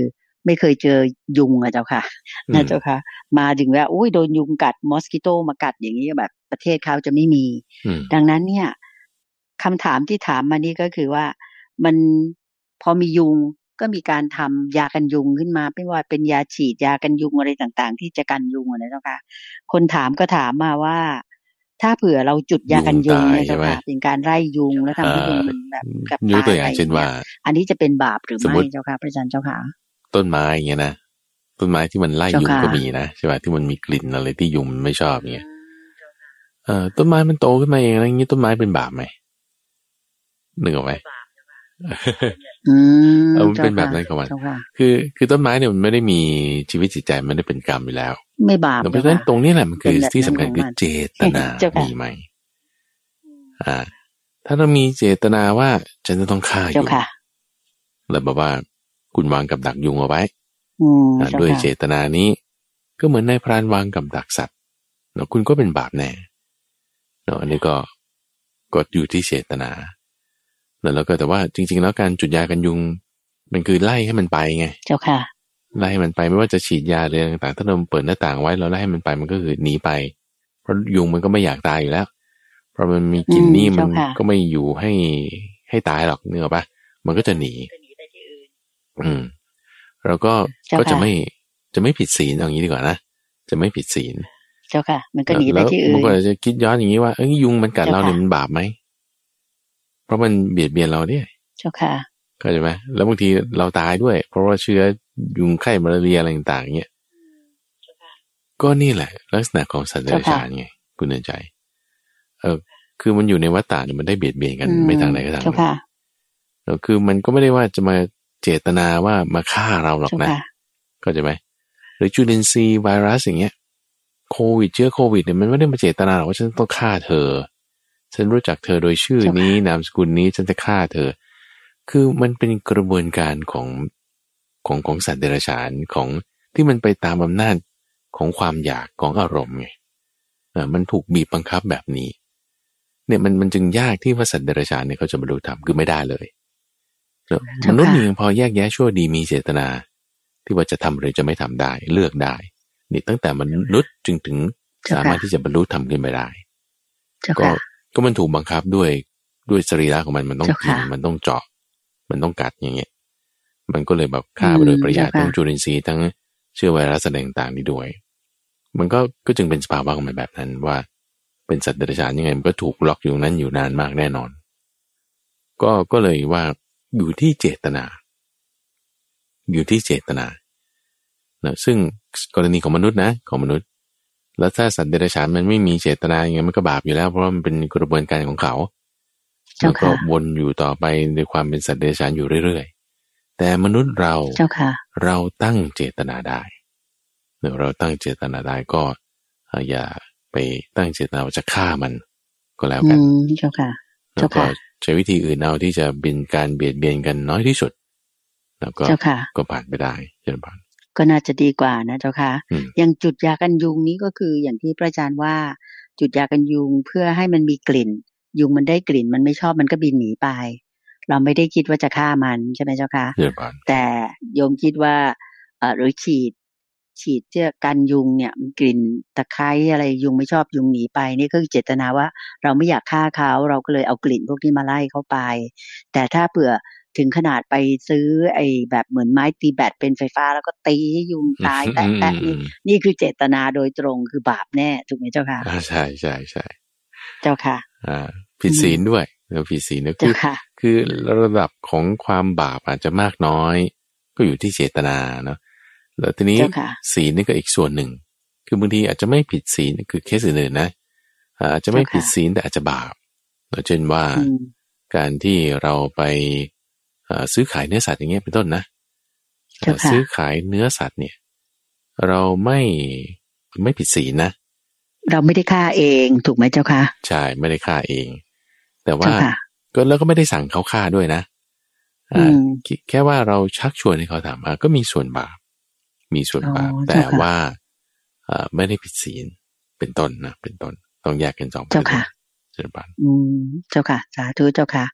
ไม่เคยเจอยุงอะเจ้าค่ะนะเจ้าค่ะมาถึงว่าอุ้ยโดนยุงกัดมอสคิโตมากัดอย่างนี้แบบประเทศเขาจะไม่มีดังนั้นเนี่ยคำถามที่ถามมานี่ก็คือว่ามันพอมียุงก็มีการทำยากันยุงขึ้นมาไม่ว่าเป็นยาฉีดยากันยุงอะไรต่างๆที่จะกันยุงนะเจ้าค่ะคนถามก็ถามมาว่าถ้าเผื่อเราจุดยากันยุงเนี่ยเจ้าค่ะเป็นการไล่ยุงแล้วทำให้ยุงมันแบบกับตายไปเนี่ยอันนี้จะเป็นบาปหรือไม่เจ้าค่ะพระอาจารย์เจ้าค่ะต้นไม้อย่างเงี้ยนะต้นไม้ที่มันไล่ยุงก็มีนะใช่ป่ะที่มันมีกลิ่นอะไรที่ยุงมันไม่ชอบเงี้ยเอ่อต้นไม้มันโตขึ้นมาเองอะไรอย่างงี้ต้นไม้เป็นบาปไหมนึกออกไหมอืมเออมันเป็นแบบนั้นของมันคือคือต้นไม้เนี่ยมันไม่ได้มีชีวิตจิตใจมันได้เป็นกรรมอยู่แล้วไม่บาปเพราะฉะนั้นตรงนี้แหละมันคือที่สำคัญคือเจตนามีไหมอ่าถ้าเรามีเจตนาว่าฉันจะต้องฆ่ายุงแล้วบอกว่าคุณวางกับดักยุงเอาไว้ด้วยเจตนานี้ก็เหมือนนายพรานวางกับดักสัตว์เนาะคุณก็เป็นบาปแน่เนาะอันนี้ก็ก็อยู่ที่เจตนาแล้วก็แต่ว่าจริงๆแล้วการจุดยากันยุงมันคือไล่ให้มันไปไงเจ้าค่ะไล่ให้มันไปไม่ว่าจะฉีดยาอะไรต่างๆถ้าเราเปิดหน้าต่างไว้เราไล่ให้มันไปมันก็คือหนีไปเพราะยุงมันก็ไม่อยากตายอยู่แล้วเพราะมันมีกลิ่นนี่มันก็ไม่อยู่ให้ให้ตายหรอกเนื้อปะมันก็จะหนีอืมเราก็ก็จะไม่จะไม่ผิดศีลอย่างนี้ดีกว่านะจะไม่ผิดศีลเจ้าค่ะมันก็หนีไปที่อื่นมันก็จะคิดย้อนอย่างนี้ว่าเอ้ยยุงมันกัดเราเนี่ยมันบาปไหมเพราะมันเบียดเบียนเราเนี่ยเจ้าค่ะเข้าใจไหมแล้วบางทีเราตายด้วยเพราะว่าเชื้อยุงไข้มาลาเรียอะไรต่างๆเนี่ยก็นี่แหละลักษณะของสัตว์เดรัจฉานไงคุณเดินใจเออคือมันอยู่ในวัฏฏะเนี่ยมันได้เบียดเบียนกันไม่ทางไหนก็ทางนั้นแล้วคือมันก็ไม่ได้ว่าจะมาเจตนาว่ามาฆ่าเราหรอกนะเข้าใจไหมหรือจุลินทรีย์ไวรัสอย่างเงี้ยโควิดเชื้อโควิดเนี่ยมันไม่ได้มาเจตนาหรอกว่าฉันต้องฆ่าเธอฉันรู้จักเธอโดยชื่อนี้นามสกุลนี้ฉันจะฆ่าเธอคือมันเป็นกระบวนการของของของสัตว์เดรัจฉานของที่มันไปตามอำนาจของความอยากของอารมณ์ไงอ่ามันถูกบีบบังคับแบบนี้เนี่ยมันมันจึงยากที่ว่าสัตว์เดรัจฉานเนี่ยเขาจะบรรลุธรรมคือไม่ได้เลยมนุษย์นี่ยังพอแยกแยะชั่วดีมีเจตนาที่ว่าจะทำหรือจะไม่ทำได้เลือกได้นี่ตั้งแต่มนุษย์จึงถึงสามารถที่จะบรรลุธรรมขึ้นไปได้ก็ก็มันถูกบังคับด้วยด้วยสรีระของมันมันต้องกินมันต้องเจาะมันต้องกัดอย่างเงี้ยมันก็เลยแบบฆ่าไปโดยปริยายทั้งจุลินทรีย์ทั้งเชื้อไวรัสต่างๆนี้ด้วยมันก็ก็จึงเป็นสภาวะของมันแบบนั้นว่าเป็นสัตว์เดรัจฉานยังไงมันก็ถูกล็อกอยู่นั้นอยู่นานมากแน่นอนก็ก็เลยว่าอยู่ที่เจตนาอยู่ที่เจตนานะซึ่งกรณีของมนุษย์นะของมนุษย์แล้วถ้าสัตว์เดรัจฉานมันไม่มีเจตนาอย่างเงี้ยมันก็บาปอยู่แล้วเพราะว่ามันเป็นกระบวนการของเขาแล้วก็วนอยู่ต่อไปในความเป็นสัตว์เดรัจฉานอยู่เรื่อยๆแต่มนุษย์เราเราตั้งเจตนาได้เมื่อเราตั้งเจตนาได้ก็อย่าไปตั้งเจตนาว่าจะฆ่ามันก็แล้วกันแล้วก็ใช้วิธีอื่นเอาที่จะเป็นการเบียดเบียนกันน้อยที่สุดแล้วก็ก็ผ่านไปได้เช่นกันก็น่าจะดีกว่านะเจ้าค่ะอย่างจุดยากันยุงนี้ก็คืออย่างที่พระอาจารย์ว่าจุดยากันยุงเพื่อให้มันมีกลิ่นยุงมันได้กลิ่นมันไม่ชอบมันก็บินหนีไปเราไม่ได้คิดว่าจะฆ่ามันใช่ไหมเจ้าค่ะแต่โยมคิดว่าหรือฉีดฉีดเพื่อกันยุงเนี่ยกลิ่นตะไคร้อะไรยุงไม่ชอบยุงหนีไปนี่ก็คือเจตนาว่าเราไม่อยากฆ่าเขาเราก็เลยเอากลิ่นพวกนี้มาไล่เขาไปแต่ถ้าเผื่อถึงขนาดไปซื้อไอ้แบบเหมือนไม้ตีแบตเป็นไฟฟ้าแล้วก็ตีให้ยุงตายแป๊ะๆนี่นี่คือเจตนาโดยตรงคือบาปแน่ถูกไหมเจ้าค่ะใช่ใช่ใช่เจ้าค่ะอ่าผิดศีลด้วยแล้วผิดศีลก็คือคือระดับของความบาปอาจจะมากน้อยก็อยู่ที่เจตนาเนาะแล้วทีนี้ศีลนี่ก็อีกส่วนหนึ่งคือบางทีอาจจะไม่ผิดศีลคือเคสอื่นๆนะอาจจะไม่ผิดศีลแต่อาจจะบาปเช่นว่าการที่เราไปซื้อขายเนื้อสัตว์อย่างเงี้ยเป็นต้นนะซื้อขายเนื้อสัตว์เนี่ยเราไม่ไม่ผิดศีลนะเราไม่ได้ฆ่าเองถูกไหมเจ้าค่ะใช่ไม่ได้ฆ่าเองแต่ว่าก็แล้วก็ไม่ได้สั่งเขาฆ่าด้วยนะแค่ว่าเราชักชวนให้เขาทำก็มีส่วนบาปมีส่วนบาปแต่ว่าไม่ได้ผิดศีลเป็นต้นนะเป็นต้นต้องแยกกันสองประเด็นเจ้าค่ะอืมเจ้าค่ะสาธุเจ้าค่ะ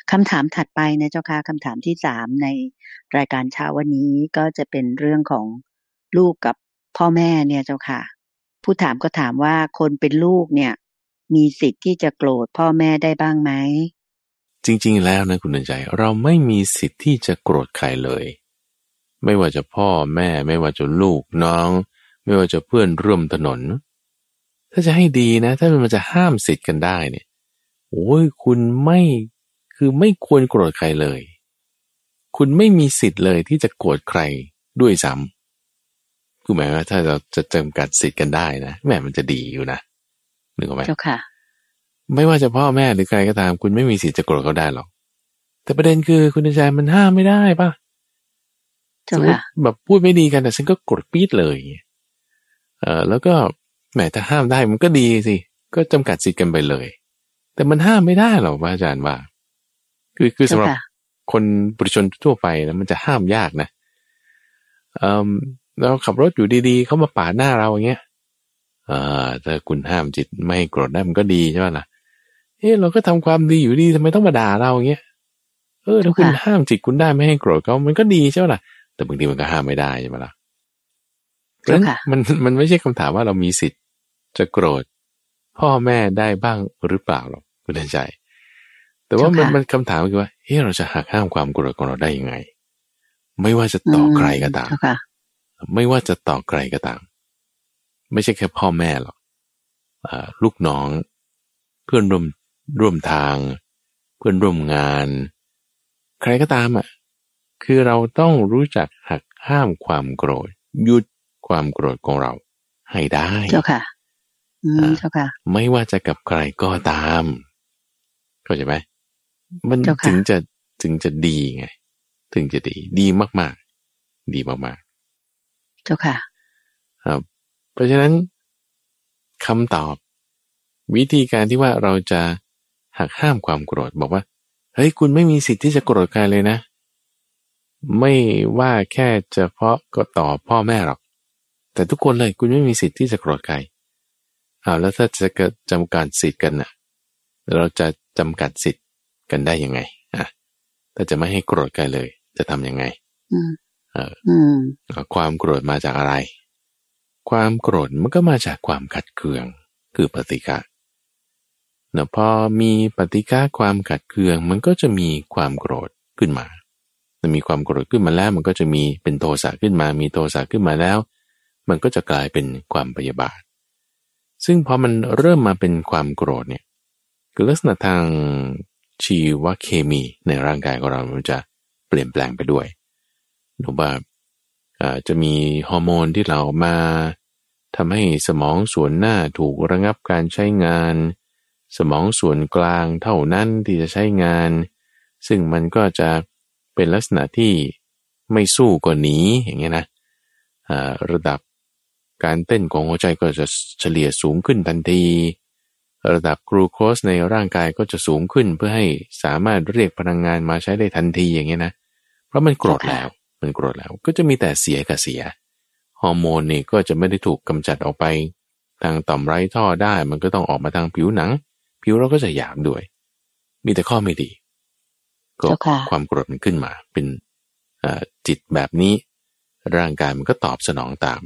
คำถามถัดไปนะเจ้าค่ะคำถามที่สามในรายการเช้าวันนี้ก็จะเป็นเรื่องของลูกกับพ่อแม่เนี่ยเจ้าค่ะผู้ถามก็ถามว่าคนเป็นลูกเนี่ยมีสิทธิ์ที่จะโกรธพ่อแม่ได้บ้างไหม
จริงๆแล้วนะคุณดวงใจเราไม่มีสิทธิ์ที่จะโกรธใครเลยไม่ว่าจะพ่อแม่ไม่ว่าจะลูกน้องไม่ว่าจะเพื่อนร่วมถนนถ้าจะให้ดีนะถ้ามันจะห้ามสิทธิ์กันได้เนี่ยโอ้ยคุณไม่คือไม่ควรโกรธใครเลยคุณไม่มีสิทธิ์เลยที่จะโกรธใครด้วยซ้ำคือหมายว่าถ้าเราจะจำกัดสิทธิ์กันได้นะแม่มันจะดีอยู่นะนึกออกไหม
เจ้าค่ะ
ไม่ว่าจะพ่อแม่หรือใครก็ตามคุณไม่มีสิทธิ์จะโกรธเขาได้หรอกแต่ประเด็นคือคุณใจมันห้ามไม่ได้ป่ะสมมติแบบพูดไม่ดีกันแต่ฉันก็โกรธปี๊ดเลยเออแล้วก็แหมถ้าห้ามได้มันก็ดีสิก็จำกัดสิทธิ์กันไปเลยแต่มันห้ามไม่ได้หรอกอาจารย์ว่าคือคือสำหรับคนปุถุชนทั่วไปนะมันจะห้ามยากนะเออเราขับรถอยู่ดีๆเขามาปาดหน้าเราอย่างเงี้ยอ่าถ้าคุณห้ามจิตไม่ให้โกรธได้มันก็ดีใช่ไหมล่ะเฮ้เราก็ทำความดีอยู่ดีทำไมต้องมาด่าเราอย่างเงี้ยเออถ้าคุณห้ามจิตคุณได้ไม่ให้โกรธเขามันก็ดีใช่ไหมล่ะแต่บางทีมันก็ห้ามไม่ได้ใช่ไหมล่ะเพราะฉะนั้นมันมันไม่ใช่คำถามว่าเรามีสิทธิ์จะโกรธพ่อแม่ได้บ้างหรือเปล่าหรอกคุณใจแต่ว่ามันมันคำถามคือว่าเฮ้เราจะหักห้ามความโกรธของเราได้ยังไงไม่ว่าจะต่อใครก็ตามไม่ว่าจะต่อใครก็ตามไม่ใช่แค่พ่อแม่หรอกลูกน้องเพื่อนร่วมร่วมทางเพื่อนร่วมงานใครก็ตามอ่ะคือเราต้องรู้จักหักห้ามความโกรธหยุดความโกรธของเราให้ได้
เจ้าค่ะอืมเจ้าค่ะ
ไม่ว่าจะกับใครก็ตามเข้าใจไหมมันถึงจะถึงจะดีไงถึงจะดีดีมากๆดีมาก
ๆเจ้าค่ะ
ครับเพราะฉะนั้นคำตอบวิธีการที่ว่าเราจะหักห้ามความโกรธบอกว่าเฮ้ยคุณไม่มีสิทธิ์ที่จะโกรธใครเลยนะไม่ว่าแค่เฉพาะก็ต่อพ่อแม่หรอกแต่ทุกคนเลยคุณไม่มีสิทธิ์ที่จะโกรธใครอ้าวแล้วถ้าจะเกิดจำกัดสิทธิ์กันน่ะเราจะจำกัดสิทธิ์กันได้ยังไงอ่ะถ้าจะไม่ให้โกรธใครเลยจะทำยังไง
อืม
เอออืมความโกรธมาจากอะไรความโกรธมันก็มาจากความขัดเคืองคือปฏิฆะเนอะพอมีปฏิฆะความขัดเคืองมันก็จะมีความโกรธขึ้นมามันมีความโกรธขึ้นมาแล้วมันก็จะมีเป็นโทสะขึ้นมามีโทสะขึ้นมาแล้วมันก็จะกลายเป็นความพยาบาทซึ่งพอมันเริ่มมาเป็นความโกรธเนี่ยคือลักษณะทางชีวเคมีในร่างกายของเรามันจะเปลี่ยนแปลงไปด้วยหรือว่าจะมีฮอร์โมนที่เรามาทำให้สมองส่วนหน้าถูกระงับการใช้งานสมองส่วนกลางเท่านั้นที่จะใช้งานซึ่งมันก็จะเป็นลักษณะที่ไม่สู้ก็หนีอย่างเงี้ยนะระดับการเต้นของหัวใจก็จะเฉลี่ยสูงขึ้นทันทีระดับกลูโคสในร่างกายก็จะสูงขึ้นเพื่อให้สามารถเรียกพลังงานมาใช้ได้ทันทีอย่างเงี้ยนะเพราะมันโกรธแล้วมันโกรธแล้วก็จะมีแต่เสียกับเสียฮอร์โมนนี่ก็จะไม่ได้ถูกกำจัดออกไปทางต่อมไร้ท่อได้มันก็ต้องออกมาทางผิวหนังผิวเราก็จะหยาบด้วยมีแต่ข้อไม่ดีก็ความโกรธมันขึ้นมาเป็นจิตแบบนี้ร่างกายมันก็ตอบสนองตาม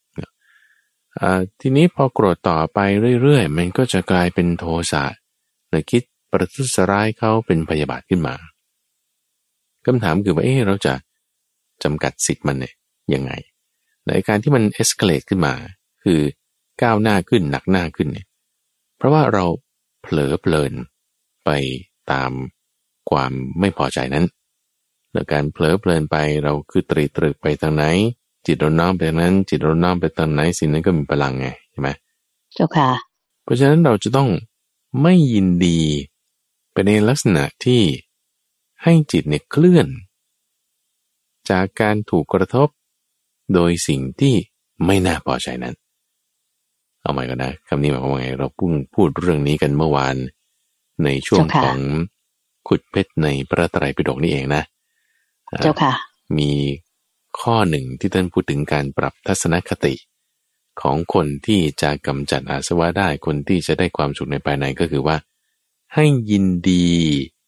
ทีนี้พอโกรธต่อไปเรื่อยๆมันก็จะกลายเป็นโทสะหรือคิดประทุษร้ายเขาเป็นพยาบาทขึ้นมาคำถามคือว่าเอ๊ะเราจะจำกัดสิทธิ์มันเนี่ยยังไงในการที่มันเอ็กซ์เคเลตขึ้นมาคือก้าวหน้าขึ้นหนักหน้าขึ้นเนี่ยเพราะว่าเราเผลอเพลินไปตามความไม่พอใจนั้นและการเผลอเพลินไปเราคือตรีตรึกไปทางไหนจิตเราน้อมไปทางนั้นจิตเราน้อมไปทางไหนสิ่งนั้นก็มีพลังไงใช่ไหม
เจ้าค่ะ
เพราะฉะนั้นเราจะต้องไม่ยินดีไปในลักษณะที่ให้จิตเนี่ยเคลื่อนจากการถูกกระทบโดยสิ่งที่ไม่น่าพอใจนั้นเอาใหม่ก่อนนะคำนี้หมายความว่าไงเราพูดพูดเรื่องนี้กันเมื่อวานในช่วงของขุดเพชรในพระไตรปิฎกนี่เองนะ
เจ้าค่ะ
มีข้อหนึ่งที่ท่านพูดถึงการปรับทัศนคติของคนที่จะกำจัดอาสวะได้คนที่จะได้ความสุขในภายในก็คือว่าให้ยินดี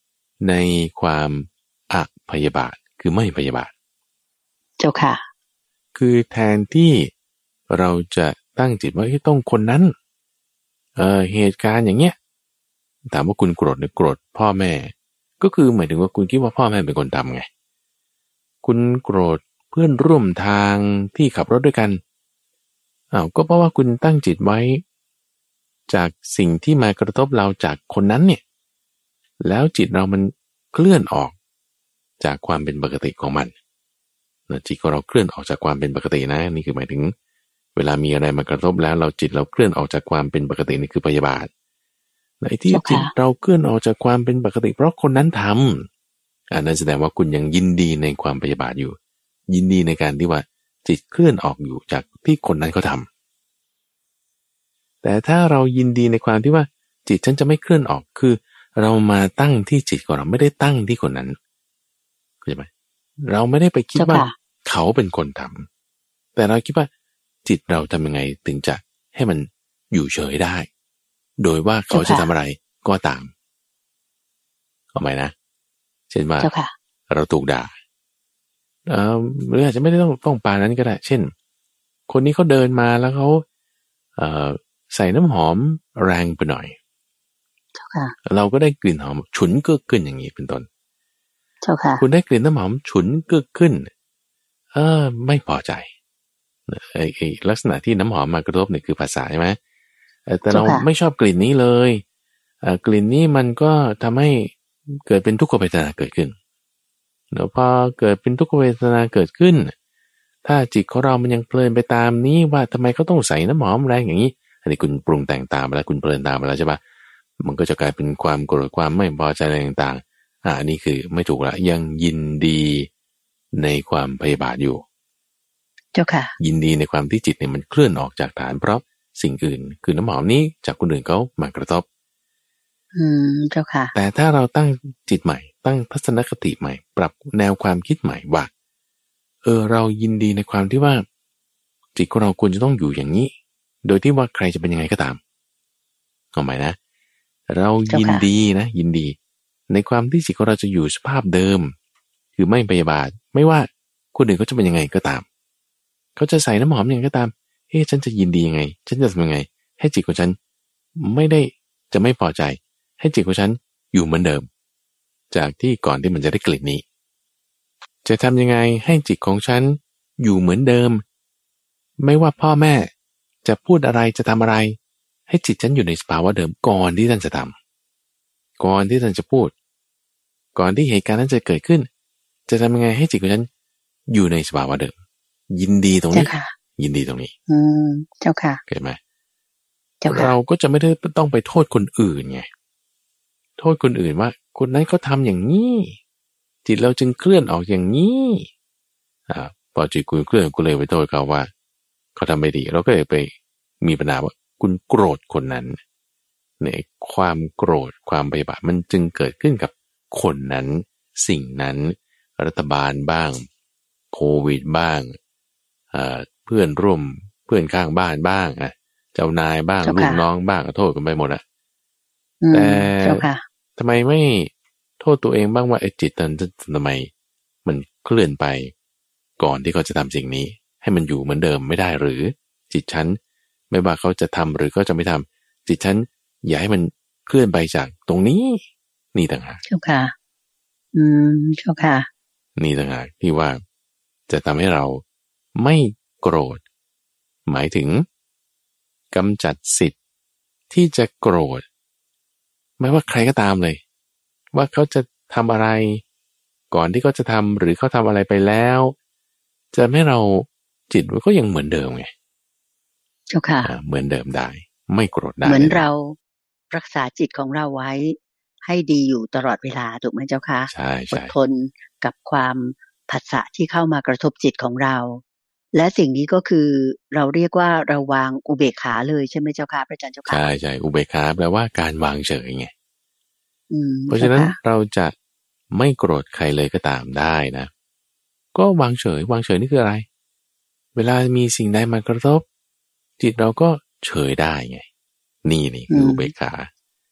ในความอพยาบาทคือไม่พยาบาท
เจ้าค่ะ
คือแทนที่เราจะตั้งจิตว่าต้องคนนั้นเอ่อเหตุการณ์อย่างเงี้ยถามว่าคุณโกรธหรือโกรธพ่อแม่ก็คือหมายถึงว่าคุณคิดว่าพ่อแม่เป็นคนทำไงคุณโกรธเพื่อนร่วมทางที่ขับรถด้วยกันอ้าวก็เพราะว่าคุณตั้งจิตไว้จากสิ่งที่มากระทบเราจากคนนั้นเนี่ยแล้วจิตเรามันเคลื่อนออกจากความเป็นปกติของมันจิตของเราเคลื่อนออกจากความเป็นปกตินะนี่คือหมายถึงเวลามีอะไรมากระทบแล้วเราจิตเราเคลื่อนออกจากความเป็นปกตินี่คือพยาบาทในที่จิตเราเคลื่อนออกจากความเป็นปกติเพราะคนนั้นทำอันนั้นแสดงว่าคุณยังยินดีในความพยาบาทอยู่ยินดีในการที่ว่าจิตเคลื่อนออกอยู่จากที่คนนั้นเขาทำแต่ถ้าเรายินดีในความที่ว่าจิตฉันจะไม่เคลื่อนออกคือเรามาตั้งที่จิตของเราไม่ได้ตั้งที่คนนั้นเข้าใจไหมเราไม่ได้ไปคิดว่าเขาเป็นคนทำแต่เราคิดว่าจิตเราทำยังไงถึงจะให้มันอยู่เฉยได้โดยว่าเขาจะทำอะไรก็ตามเอาไหมนะเช่นว่าเราถูกด่าเอ่อหรืออาจจะไม่ได้ต้องต้องปานนั้นก็ได้เช่นคนนี้เขาเดินมาแล้วเขาเอ่อใส่น้ำหอมแรงไปหน่อยเราก็ได้กลิ่นหอมฉุนเกื้อขึ้นอย่างนี้เป็นต้นคุณได้กลิ่นน้ำหอมฉุนเกื้อขึ้นเออไม่พอใจไอ้ไอ้ลักษณะที่น้ำหอมมากระทบเนี่ยคือภาษาใช่ไหมแต่เราไม่ชอบกลิ่นนี้เลยกลิ่นนี้มันก็ทำให้เกิดเป็นทุกขเวทนาเกิดขึ้นแล้วพอเกิดเป็นทุกขเวทนาเกิดขึ้นถ้าจิตของเรามันยังเพลินไปตามนี้ว่าทำไมเขาต้องใส่น้ำหอมแรงอย่างนี้อันนี้คุณปรุงแต่งตามไปแล้วคุณเพลินตามไปแล้วใช่ปะมันก็จะกลายเป็นความโกรธความไม่พอใจอะไรต่างๆอ่านี่คือไม่ถูกละยังยินดีในความพยาบาทอยู่
เจ้าค่ะ
ยินดีในความที่จิตเนี่ยมันเคลื่อนออกจากฐานเพราะสิ่งอื่นคือน้ำหอมนี้จากคนอื่นเขามากระทบ
อืมเจ้าค่ะ
แต่ถ้าเราตั้งจิตใหม่ตั้งทัศนคติใหม่ปรับแนวความคิดใหม่ว่าเออเรายินดีในความที่ว่าจิตของเราควรจะต้องอยู่อย่างนี้โดยที่ว่าใครจะเป็นยังไงก็ตามเอาใหม่นะเรายินดีนะยินดีในความที่จิตของเราจะอยู่สภาพเดิมคือไม่พยาบาทไม่ว่าคนอื่นเขาจะเป็นยังไงก็ตามเขาจะใส่น้ำหอมยังไงก็ตามเฮ้ยฉันจะยินดียังไงฉันจะทำยังไงให้จิตของฉันไม่ได้จะไม่พอใจให้จิตของฉันอยู่เหมือนเดิมจากที่ก่อนที่มันจะได้กลิ่นนี้จะทำยังไงให้จิตของฉันอยู่เหมือนเดิมไม่ว่าพ่อแม่จะพูดอะไรจะทำอะไรให้จิตฉันอยู่ในสภาวะเดิมก่อนที่ท่านจะทำก่อนที่ท่านจะพูดก่อนที่เหตุการณ์นั้นจะเกิดขึ้นจะทำยังไงให้จิตของฉันอยู่ในสภาวะเดิมยินดีตรงนี้ยินดีตรงนี้
อืมเจ้าค่ะ
เกิดไหมเราก็จะไม่ได้ต้องไปโทษคนอื่นไงโทษคนอื่นว่าคนนั้นเขาทำอย่างนี้จิตเราจึงเคลื่อนออกอย่างนี้อ่าพอจิตคุณเคลื่อนกูเลยไปโทษเขาว่าเขาทำไม่ดีเราก็เลยไปมีปัญหาว่าคุณโกรธคนนั้นเนี่ยความโกรธความพยาบาทมันจึงเกิดขึ้นกับคนนั้นสิ่งนั้นรัฐบาลบ้างโควิดบ้างเพื่อนร่วมเพื่อนข้างบ้านบ้างอะเจ้านายบ้างลูกน้องบ้างโทษกันไปหมดอะแต่ทำไมไม่โทษตัวเองบ้างว่าไอ้จิตนั้นทำไมมันเคลื่อนไปก่อนที่เขาจะทำสิ่งนี้ให้มันอยู่เหมือนเดิมไม่ได้หรือจิตฉันไม่ว่าเขาจะทำหรือก็จะไม่ทำจิตฉันอย่าให้มันเคลื่อนไปจากตรงนี้นี่ต่างหาก
เจ้าค่ะอืมเจ้าค่ะ
นี่ต่างหากที่ว่าจะทำให้เราไม่โกรธหมายถึงกำจัดสิทธิ์ที่จะโกรธไม่ว่าใครก็ตามเลยว่าเขาจะทำอะไรก่อนที่เขาจะทำหรือเขาทำอะไรไปแล้วจะให้เราจิตมันก็ยังเหมือนเดิมไง
เจ้าค่ะ
เหมือนเดิมได้ไม่โกรธได้
เหมือนเรารักษาจิตของเราไว้ให้ดีอยู่ตลอดเวลาถูกไหมเจ้าค่ะ
ใช่
อดทนกับความผัสสะที่เข้ามากระทบจิตของเราและสิ่งนี้ก็คือเราเรียกว่าเราวางอุเบกขาเลยใช่ไหมเจ้าค่ะพระอาจารย์เจ้าค่ะ
ใช่ใช่อุเบกขาแปลว่าการวางเฉยไงเพราะฉะนั้นเราจะไม่โกรธใครเลยก็ตามได้นะก็วางเฉยวางเฉยนี่คืออะไรเวลามีสิ่งใดมากระทบจิตเราก็เฉยได้ไงนี่นี่คืออุเบกขา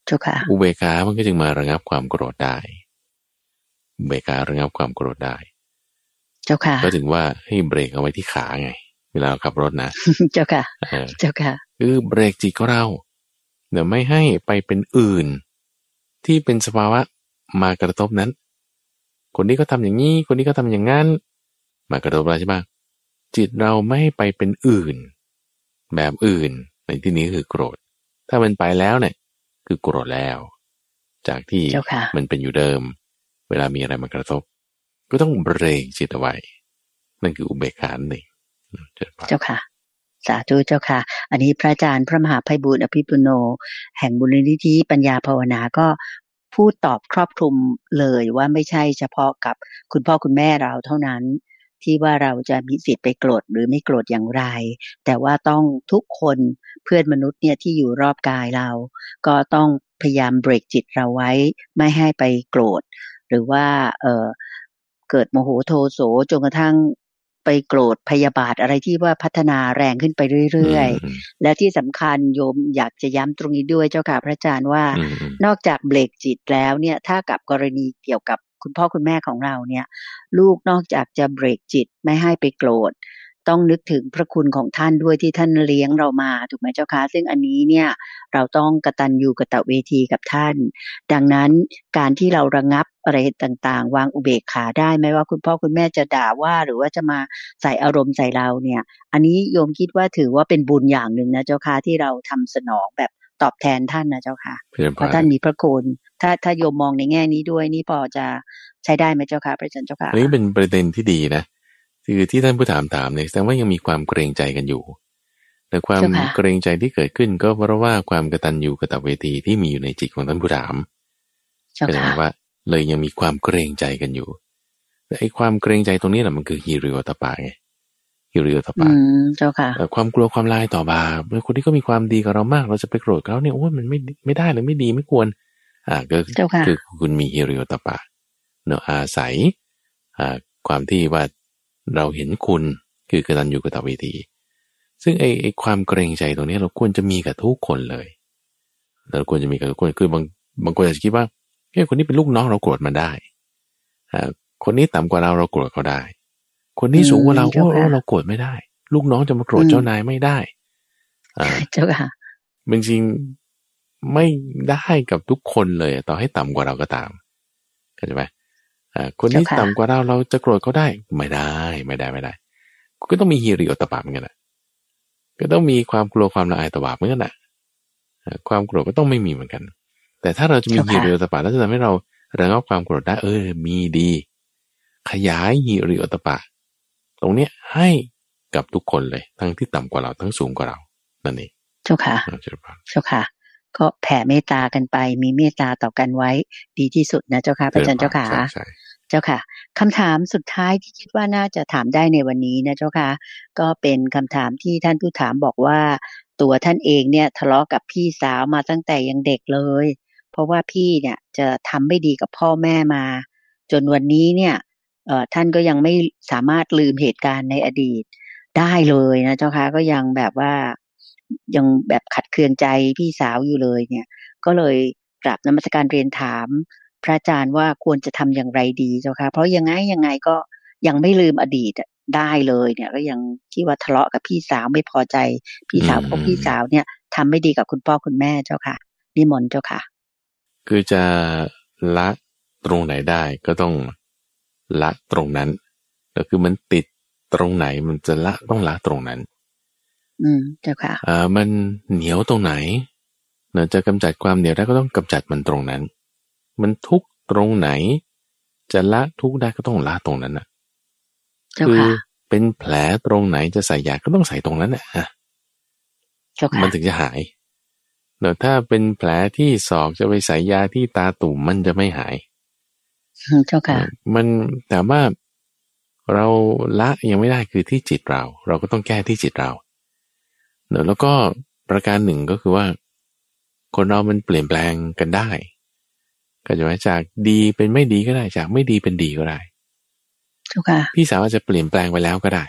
เจ้าค่ะ
อุเบกขามันก็จึงมาระงับความโกรธได้อุเบกขาระงับความโกรธได้
เจ้าค่ะ
ก็ถึงว่าให้เบรกเอาไว้ที่ขาไงเวลาเราขับรถนะ
เจ้าค่ะเจ้าค่ะ
คือเบรกจิตของเราเดี๋ยวไม่ให้ไปเป็นอื่นที่เป็นสภาวะมากระทบนั้นคนนี้ก็ทำอย่างนี้คนนี้ก็ทำอย่างนั้นมากระทบเราใช่ไหมจิตเราไม่ให้ไปเป็นอื่นแบบอื่นในที่นี้คือโกรธถ้ามันไปแล้วเนี่ยคือโกรธแล้วจากที่มันเป็นอยู่เดิมเวลามีอะไรมากระทบก็ต้องเบรกจิตเอาไว้นั่นคืออุเบกขาหนึ่ง
เจ้าค่ะสาธุเจ้าค่ะอันนี้พระอาจารย์พระมหาไพบูลย์อภิปุโนแห่งมูลนิธิปัญญาภาวนาก็พูดตอบครอบคลุมเลยว่าไม่ใช่เฉพาะกับคุณพ่อคุณแม่เราเท่านั้นที่ว่าเราจะมีสิทธิ์ไปโกรธหรือไม่โกรธอย่างไรแต่ว่าต้องทุกคนเพื่อนมนุษย์เนี่ยที่อยู่รอบกายเราก็ต้องพยายามเบรกจิตเราไว้ไม่ให้ไปโกรธหรือว่าเอ่อเกิดโมโหโทโสจนกระทั่งไปโกรธพยาบาทอะไรที่ว่าพัฒนาแรงขึ้นไปเรื่อยๆและที่สำคัญโยมอยากจะย้ำตรงนี้ด้วยเจ้าค่ะพระอาจารย์ว่านอกจากเบรกจิตแล้วเนี่ยถ้ากับกรณีเกี่ยวกับคุณพ่อคุณแม่ของเราเนี่ยลูกนอกจากจะเบรกจิตไม่ให้ไปโกรธต้องนึกถึงพระคุณของท่านด้วยที่ท่านเลี้ยงเรามาถูกไหมเจ้าคะซึ่งอันนี้เนี่ยเราต้องกตัญญูกตเวทีกับท่านดังนั้นการที่เราระงับอะไรต่างๆวางอุเบกขาได้ไม่ว่าคุณพ่อคุณแม่จะด่าว่าหรือว่าจะมาใส่อารมณ์ใส่เราเนี่ยอันนี้โยมคิดว่าถือว่าเป็นบุญอย่างหนึ่งนะเจ้าค่ะที่เราทำสนองแบบตอบแทนท่านนะเจ้าค่ะเพราะท่านมีพระคุณถ้าถ้าโยมมองในแง่นี้ด้วยนี่พอจะใช้ได้ไหมเจ้าค่ะพระอาจารย์เจ้าค่ะ
อันนี้เป็นประเด็นที่ดีนะคือที่ท่านผู้ถามถามเนี่ยแสดงว่ายังมีความเกรงใจกันอยู่แต่ความเกรงใจที่เกิดขึ้นก็เพราะว่าความกตัญญูกตเวทีที่มีอยู่ในจิตของท่านผู้ถามแสดงว่าเลยยังมีความเกรงใจกันอยู่แต่ไอ้ความเกรงใจตรงนี้แหละมันคือฮิริโอตปะไงฮิริโอตปะ
เจ้าค่ะ
ความกลัวความลายต่อบาปคนที่ก็มีความดีกับเรามากเราจะไปโกรธเขาเนี่ยโอ้ยมันไม่ไม่ได้เลยไม่ดีไม่ควรอ่าก็คือคุณมีฮิริโอตปะเนาะอาศัยอ่าความที่ว่าเราเห็นคุณคือกตัญญูกตเวทีซึ่งไอ้ไอ้ความเกรงใจตรงนี้เราควรจะมีกับทุกคนเลยเราควรจะมีกับทุกคนคือบางบางคนอาจจะคิดว่าเฮ้ยคนนี้เป็นลูกน้องเราโกรธมันได้อ่าคนนี้ต่ำกว่าเราเราโกรธเขาได้คนนี้สูงกว่าเราโอ้เราโกรธไม่ได้ลูกน้องจะมาโกรธเจ้านายไม่ได้อ่า
เจ้าค่ะ
จริงๆไม่ได้กับทุกคนเลยต่อให้ต่ำกว่าเราก็ตามเข้าใจไหมอ่าคนนี้ต่ำกว่าเราเราจะโกรธเขาได้ไม่ได้ไม่ได้ไม่ได้ก็ต้องมีฮิริโอตปะเหมือนกันนะก็ต้องมีความกลัวความละอายต่อบาปเหมือนกันนะความโกรธก็ต้องไม่มีเหมือนกันแต่ถ้าเราจะมีฮิริโอตปะแล้วจะทำให้เราระงับความโกรธได้เออมีดีขยายฮิริโอตปะตรงเนี้ยให้กับทุกคนเลยทั้งที่ต่ำกว่าเราทั้งสูงกว่าเรานั่นเอง
เจ้าค่ะเจ้าค่ะก็แผ่เมตตากันไปมีเมตตาต่อกันไว้ดีที่สุดนะเจ้าค่ะพระอาจารย์เจ้าค่ะเจ้าค่ะคำถามสุดท้ายที่คิดว่าน่าจะถามได้ในวันนี้นะเจ้าค่ะก็เป็นคำถามที่ท่านผู้ถามบอกว่าตัวท่านเองเนี่ยทะเลาะกับพี่สาวมาตั้งแต่ยังเด็กเลยเพราะว่าพี่เนี่ยจะทำไม่ดีกับพ่อแม่มาจนวันนี้เนี่ยเอ่อท่านก็ยังไม่สามารถลืมเหตุการณ์ในอดีตได้เลยนะเจ้าค่ะก็ยังแบบว่ายังแบบขัดเคืองใจพี่สาวอยู่เลยเนี่ยก็เลยกราบนมัสการเรียนถามพระอาจารย์ว่าควรจะทำอย่างไรดีเจ้าค่ะเพราะยังไงยังไงก็ยังไม่ลืมอดีตได้เลยเนี่ยก็ยังที่ว่าทะเลาะกับพี่สาวไม่พอใจพี่สาวเพราะพี่สาวเนี่ยทำไม่ดีกับคุณพ่อคุณแม่เจ้าค่ะนิมนต์เจ้าค่ะ
คือจะละตรงไหนได้ก็ต้องละตรงนั้นก็คือมันติดตรงไหนมันจะละต้องละตรงนั้น
อืมเจ้าค่ะ
อ่ามันเหนียวตรงไหนเราจะกำจัดความเหนียวได้ก็ต้องกำจัดมันตรงนั้นมันทุกตรงไหนจะละทุกได้ก็ต้องละตรงนั้นน่ะคือเป็นแผลตรงไหนจะใส่ยาก็ต้องใส่ตรงนั้นน่ะมันถึงจะหายแต่ถ้าเป็นแผลที่ศอกจะไปใส่ยาที่ตาตุ่มมันจะไม่หาย
เจ้าค่ะ
มันแต่ว่าเราละยังไม่ได้คือที่จิตเราเราก็ต้องแก้ที่จิตเราเนอะแล้วก็ประการหนึ่งก็คือว่าคนเรามันเปลี่ยนแปลงกันได้ก็จะมาจากดีเป็นไม่ดีก็ได้จากไม่ดีเป็นดีก็ได้พี่สาวอาจจะเปลี่ยนแปลงไปแล้วก็ได้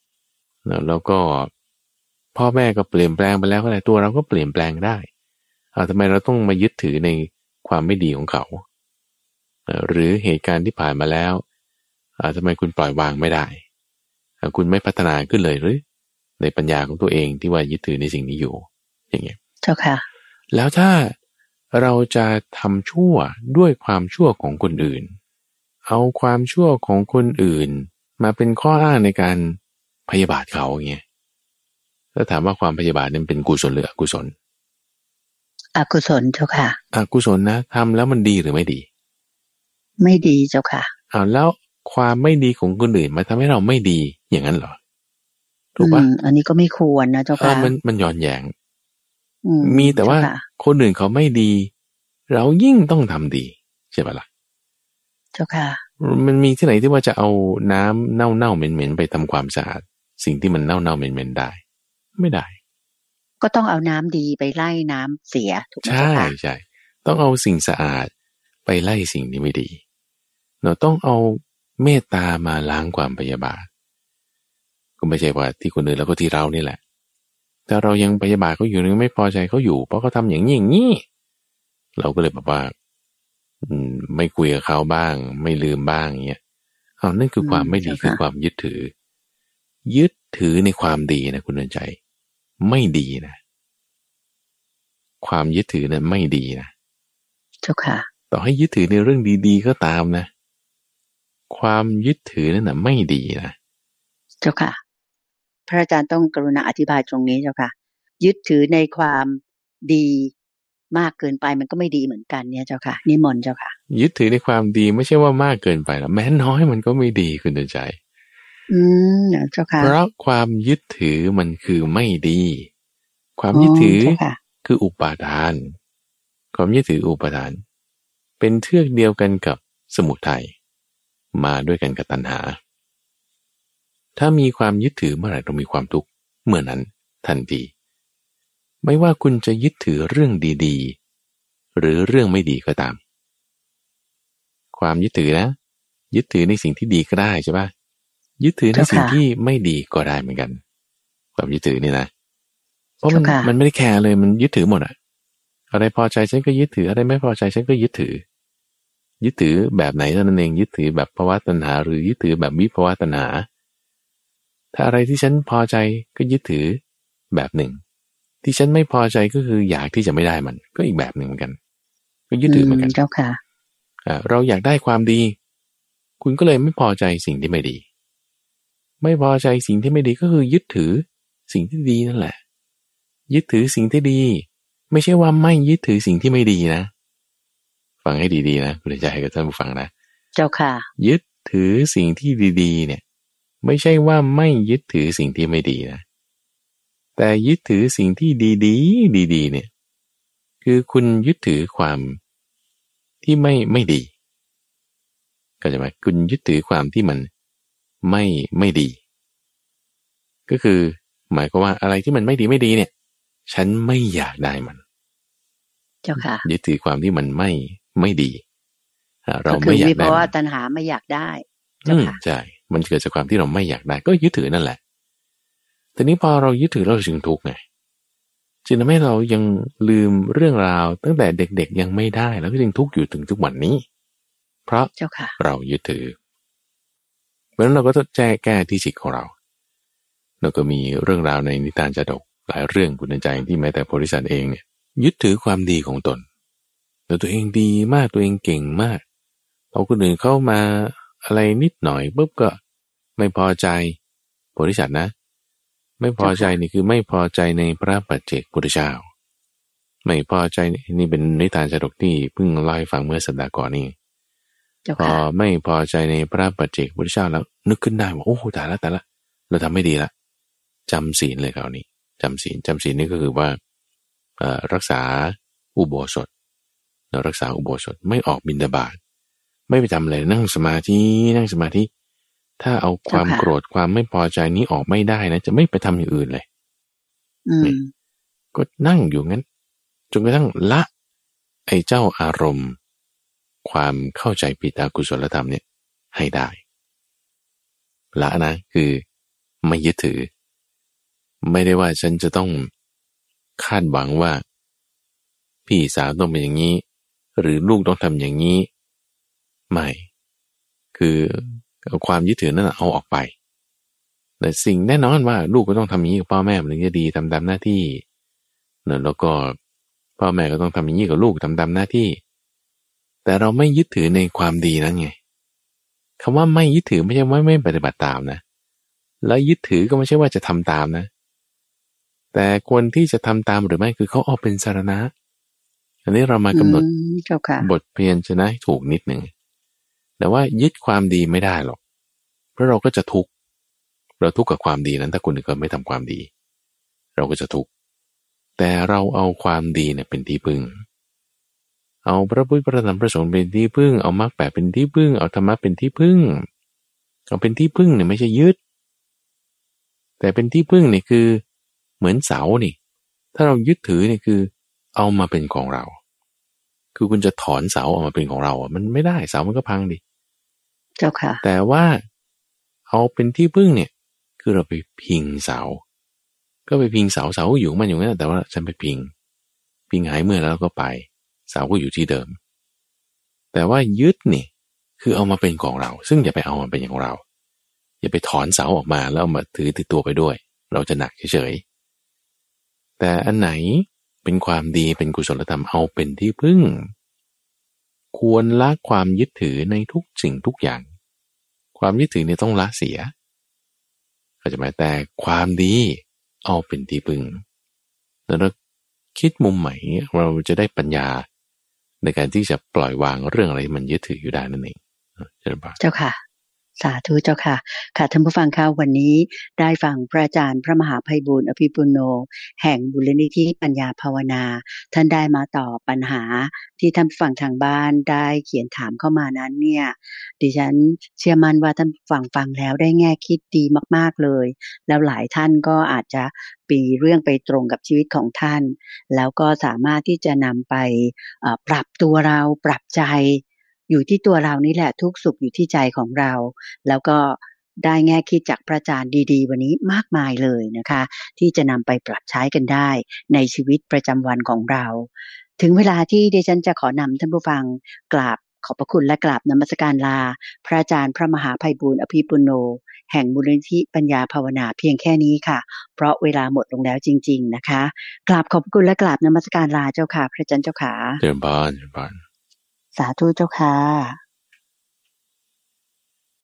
เนอะแล้วก็พ่อแม่ก็เปลี่ยนแปลงไปแล้วก็ได้ตัวเราก็เปลี่ยนแปลงได้อ่าทำไมเราต้องมายึดถือในความไม่ดีของเขาหรือเหตุการณ์ที่ผ่านมาแล้วอ่าทำไมคุณปล่อยวางไม่ได้คุณไม่พัฒนาขึ้นเลยหรือในปัญญาของตัวเองที่ว่ายึดถือในสิ่งนี้อยู่อย่างเงี้ย
เจ้าค่ะ
แล้วถ้าเราจะทำชั่วด้วยความชั่วของคนอื่นเอาความชั่วของคนอื่นมาเป็นข้ออ้างในการพยาบาทเขาอย่างเงี้ยถ้าถามว่าความพยาบาทนั้นเป็นกุศลหรืออกุศล
อกุศลเจ้าค่ะ
อกุศลนะทำแล้วมันดีหรือไม่ดี
ไม่ดีเจ้าค่ะ
อ้าวแล้วความไม่ดีของคนอื่นมาทำให้เราไม่ดีอย่างนั้นเหรอถูกปะ
อันนี้ก็ไม่ควรนะเจ้าค่ะ
มันมันย้อนแย้งมีแต่ว่าคนอื่นเขาไม่ดีเรายิ่งต้องทำดีใช่ปะล่ะ
เจ้าค่ะ
มันมีที่ไหนที่ว่าจะเอาน้ำเน่าๆเหม็นๆไปทำความสะอาดสิ่งที่มันเน่าๆเหม็นๆได้ไม่ได้
ก็ต้องเอาน้ำดีไปไล่น้ำเสียถูกไหมเจ้าค่ะ
ใช่ใช่ต้องเอาสิ่งสะอาดไปไล่สิ่งที่ไม่ดีเราต้องเอาเมตตามาล้างความพยาบาทก็ไม่ใช่ว่าที่คนอื่นแล้วก็ที่เรานี่แหละแต่เรายังพยาบาทเขาอยู่ยังไม่พอใจเขาอยู่เพราะเขาทำอย่างนี้อย่างนี้เราก็เลยแบบว่าไม่คุยกับเขาบ้างไม่ลืมบ้างเงี้ยเอานั่นคือความไม่ดีคือความยึดถือยึดถือในความดีนะคุณเดินใจไม่ดีนะความยึดถือนั้นไม่ดีนะ
เจ้าค่ะ
ต่อให้ยึดถือในเรื่องดีๆก็ตามนะความยึดถือนั่นน่ะไม่ดีนะ
เจ้าค่ะพระอาจารย์ต้องกรุณาอธิบายตรงนี้เจ้าค่ะยึดถือในความดีมากเกินไปมันก็ไม่ดีเหมือนกันเนี่ยเจ้าค่ะนิมนต์เจ้าค่ะ
ยึดถือในความดีไม่ใช่ว่ามากเกินไปแล้วแม้น้อยมันก็ไม่ดีคุณเดินใจ
อืมเจ้าค่ะ
เพราะความยึดถือมันคือไม่ดีความยึดถือคืออุปาทานความยึดถืออุปาทานเป็นเทือกเดียวกันกับสมุทัยมาด้วยกันกับตัณหาถ้ามีความยึดถือเมื่อไหร่เรามีความทุกข์เมื่อนั้นทันทีไม่ว่าคุณจะยึดถือเรื่องดีๆหรือเรื่องไม่ดีก็ตามความยึดถือนะยึดถือในสิ่งที่ดีก็ได้ใช่ปะยึดถือในสิ่งที่ไม่ดีก็ได้เหมือนกันความยึดถือนี่นะเพราะมันมันไม่ได้แคร์เลยมันยึดถือหมดอะอะไรพอใจฉันก็ยึดถืออะไรไม่พอใจฉันก็ยึดถือยึดถือแบบไหนเท่านั้นเองยึดถือแบบภวตัณหาหรือยึดถือแบบวิภวตัณหาถ้าอะไรที่ฉันพอใจก็ยึดถือแบบหนึ่งที่ฉันไม่พอใจก็คืออยากที่จะไม่ได้มันก็อีกแบบหนึ่งเหมือนกันก็ยึดถือเหมือนกัน
เจ้าค่ะ
เราอยากได้ความดีคุณก็เลยไม่พอใจสิ่งที่ไม่ดีไม่พอใจสิ่งที่ไม่ดีก็คือยึดถือสิ่งที่ดีนั่นแหละยึดถือสิ่งที่ดีไม่ใช่ว่าไม่ยึดถือสิ่งที่ไม่ดีนะฟังให้ดีๆนะคุณใจให้กับท่านผู้ฟังนะ
เจ้าค่ะ
ยึดถือสิ่งที่ดีๆเนี่ยไม่ใช่ว่าไม่ยึดถือสิ่งที่ไม่ดีนะแต่ยึดถือสิ่งที่ดีๆดีๆเนี่ยคือคุณยึดถือความที่ไม่ไม่ดีก็จะหมายคุณยึดถือความที่มันไม่ไม่ดีก็คือหมายความว่าอะไรที่มันไม่ดีไม่ดีเนี่ยฉันไม่อยากได้มัน
เจ้าค่ะ
ยึดถือความที่มันไม่ไม่ดีเราไม่อยากได้
เพราะว่าตัณหาไม่อยากได้เจ้าค่ะ
ใช่มันเกิดจากความที่เราไม่อยากได้ก็ยึดถือนั่นแหละทีนี้พอเรายึดถือเราจึงทุกข์ไงจึงทำให้เรายังลืมเรื่องราวตั้งแต่เด็กๆยังไม่ได้แล้วก็ยังทุกข์อยู่ถึงทุกวันนี้เพราะเรายึดถือเพราะฉะนั้นเราก็ต้องแก้แก้ที่จิตของเราเราก็มีเรื่องราวในนิทานจาดกหลายเรื่องคุณใจที่แม้แต่โพธิสัตว์เองเนี่ยยึดถือความดีของตนแต่ตัวเองดีมากตัวเองเก่งมากพอคนอื่นเข้ามาอะไรนิดหน่อยปุ๊บก็ไม่พอใจโพธิสัตว์นะไม่พอใจนี่คือไม่พอใจในพระปัจเจกพุทธเจ้าไม่พอใจนี่เป็นนิทานจาดกที่เพิ่งเล่าให้ฟังเมื่อสัปดาห์ก่อนนี่พอไม่พอใจในพระปัจเจกพุทธเจ้าแล้วนึกขึ้นได้ว่าโอ้ตายละตายละเราทำไม่ดีละจำศีลเลยคราวนี้จำศีลจำศีลนี่ก็คือว่ารักษาอุโบสถรักษาอุโบสถไม่ออกบิณฑบาตไม่ไปทำอะไรนั่งสมาธินั่งสมาธิถ้าเอาความโกรธความไม่พอใจนี้ออกไม่ได้นะจะไม่ไปทำอย่างอื่นเลยก็นั่งอยู่งั้นจนกระทั่งละไอ้เจ้าอารมณ์ความเข้าใจผิดอกุศลธรรมเนี่ยให้ได้ละนะคือไม่ยึดถือไม่ได้ว่าฉันจะต้องคาดหวังว่าพี่สาวต้องเป็นอย่างนี้หรือลูกต้องทำอย่างนี้ไม่คือเอาความยึดถือนั่นเอาออกไปแต่สิ่งแน่นอนว่าลูกก็ต้องทำอย่างนี้กับพ่อแม่มันถึงจะดีทำตามหน้าที่เนี่ยแล้วก็พ่อแม่ก็ต้องทำอย่างนี้กับลูกทำตามหน้าที่แต่เราไม่ยึดถือในความดีนั้นไงคำว่าไม่ยึดถือไม่ใช่ว่าไม่ปฏิบัติตามนะแล้วยึดถือก็ไม่ใช่ว่าจะทำตามนะแต่คนที่จะทำตามหรือไม่คือเขาเอาเป็นสรณะอันนี้เรามากำหนดบทเพียรชนะให้ถูกนิดหนึ่งแต่ว่ายึดความดีไม่ได้หรอกเพราะเราก็จะทุกข์เราทุกข์กับความดีนั้นถ้าคนอื่นก็ไม่ทำความดีเราก็จะทุกข์แต่เราเอาความดีเนี่ยเป็นที่พึ่งเอาพระพุทธพระธรรมพระสงฆ์เป็นที่พึ่งเอามรรคแปดเป็นที่พึ่งเอาธรรมะเป็นที่พึ่งเอาเป็นที่พึ่งเนี่ยไม่ใช่ยึดแต่เป็นที่พึ่งนี่คือเหมือนเสานี่ถ้าเรายึดถือเนี่ยคือเอามาเป็นของเราคือคุณจะถอนเสาออกมาเป็นของเราอ่ะมันไม่ได้เสามันก็พังดิ
เจ้าค่ะ
แต่ว่าเอาเป็นที่พึ่งเนี่ยคือเราไปพิงเสาก็ไปพิงเสาเสาอยู่มันอยู่นั่นแต่ว่าฉันไปพิงพิงหายเมื่อแล้วก็ไปเสาก็อยู่ที่เดิมแต่ว่ายึดนี่คือเอามาเป็นของเราซึ่งอย่าไปเอามันเป็นของเราอย่าไปถอนเสาออกมาแล้วเอามาถือติดตัวไปด้วยเราจะหนักเฉยๆแต่อันไหนเป็นความดีเป็นกุศลธรรมเอาเป็นที่พึ่งควรละความยึดถือในทุกสิ่งทุกอย่างความยึดถือเนี่ยต้องละเสียเข้าใจไหมแต่ความดีเอาเป็นที่พึ่งแล้วเราคิดมุมใหม่เราจะได้ปัญญาในการที่จะปล่อยวางเรื่องอะไรมันยึดถืออยู่ได้นั่นเอง
เจ้าค่ะสาธุเจ้าค่ะค่ะท่านผู้ฟังค่ะวันนี้ได้ฟังพระอาจารย์พระมหาไพบูลย์อภิปุโนแห่งมูลนิธิปัญญาภาวนาท่านได้มาตอบปัญหาที่ท่านผู้ฟังทางบ้านได้เขียนถามเข้ามานั้นเนี่ยดิฉันเชื่อมั่นว่าท่านผู้ฟังฟังแล้วได้แง่คิดดีมากๆเลยแล้วหลายท่านก็อาจจะปีเรื่องไปตรงกับชีวิตของท่านแล้วก็สามารถที่จะนำไปปรับตัวเราปรับใจอยู่ที่ตัวเรานี่แหละทุกสุขอยู่ที่ใจของเราแล้วก็ได้แง่คิดจากพระอาจารย์ดีๆวันนี้มากมายเลยนะคะที่จะนำไปปรับใช้กันได้ในชีวิตประจำวันของเราถึงเวลาที่ดิฉันจะขอนำท่านผู้ฟังกราบขอบพระคุณและกราบนมัสการลาพระอาจารย์พระมหาไพบูลย์อภิปุโนแห่งมูลนิธิปัญญาภาวนาเพียงแค่นี้ค่ะเพราะเวลาหมดลงแล้วจริงๆนะคะกราบขอบคุณและกราบนมัสการลาเจ้าค่ะพระอาจารย์เจ้าค่ะ
เจริญพรเจริญพร
สาธุเจ้าค่ะ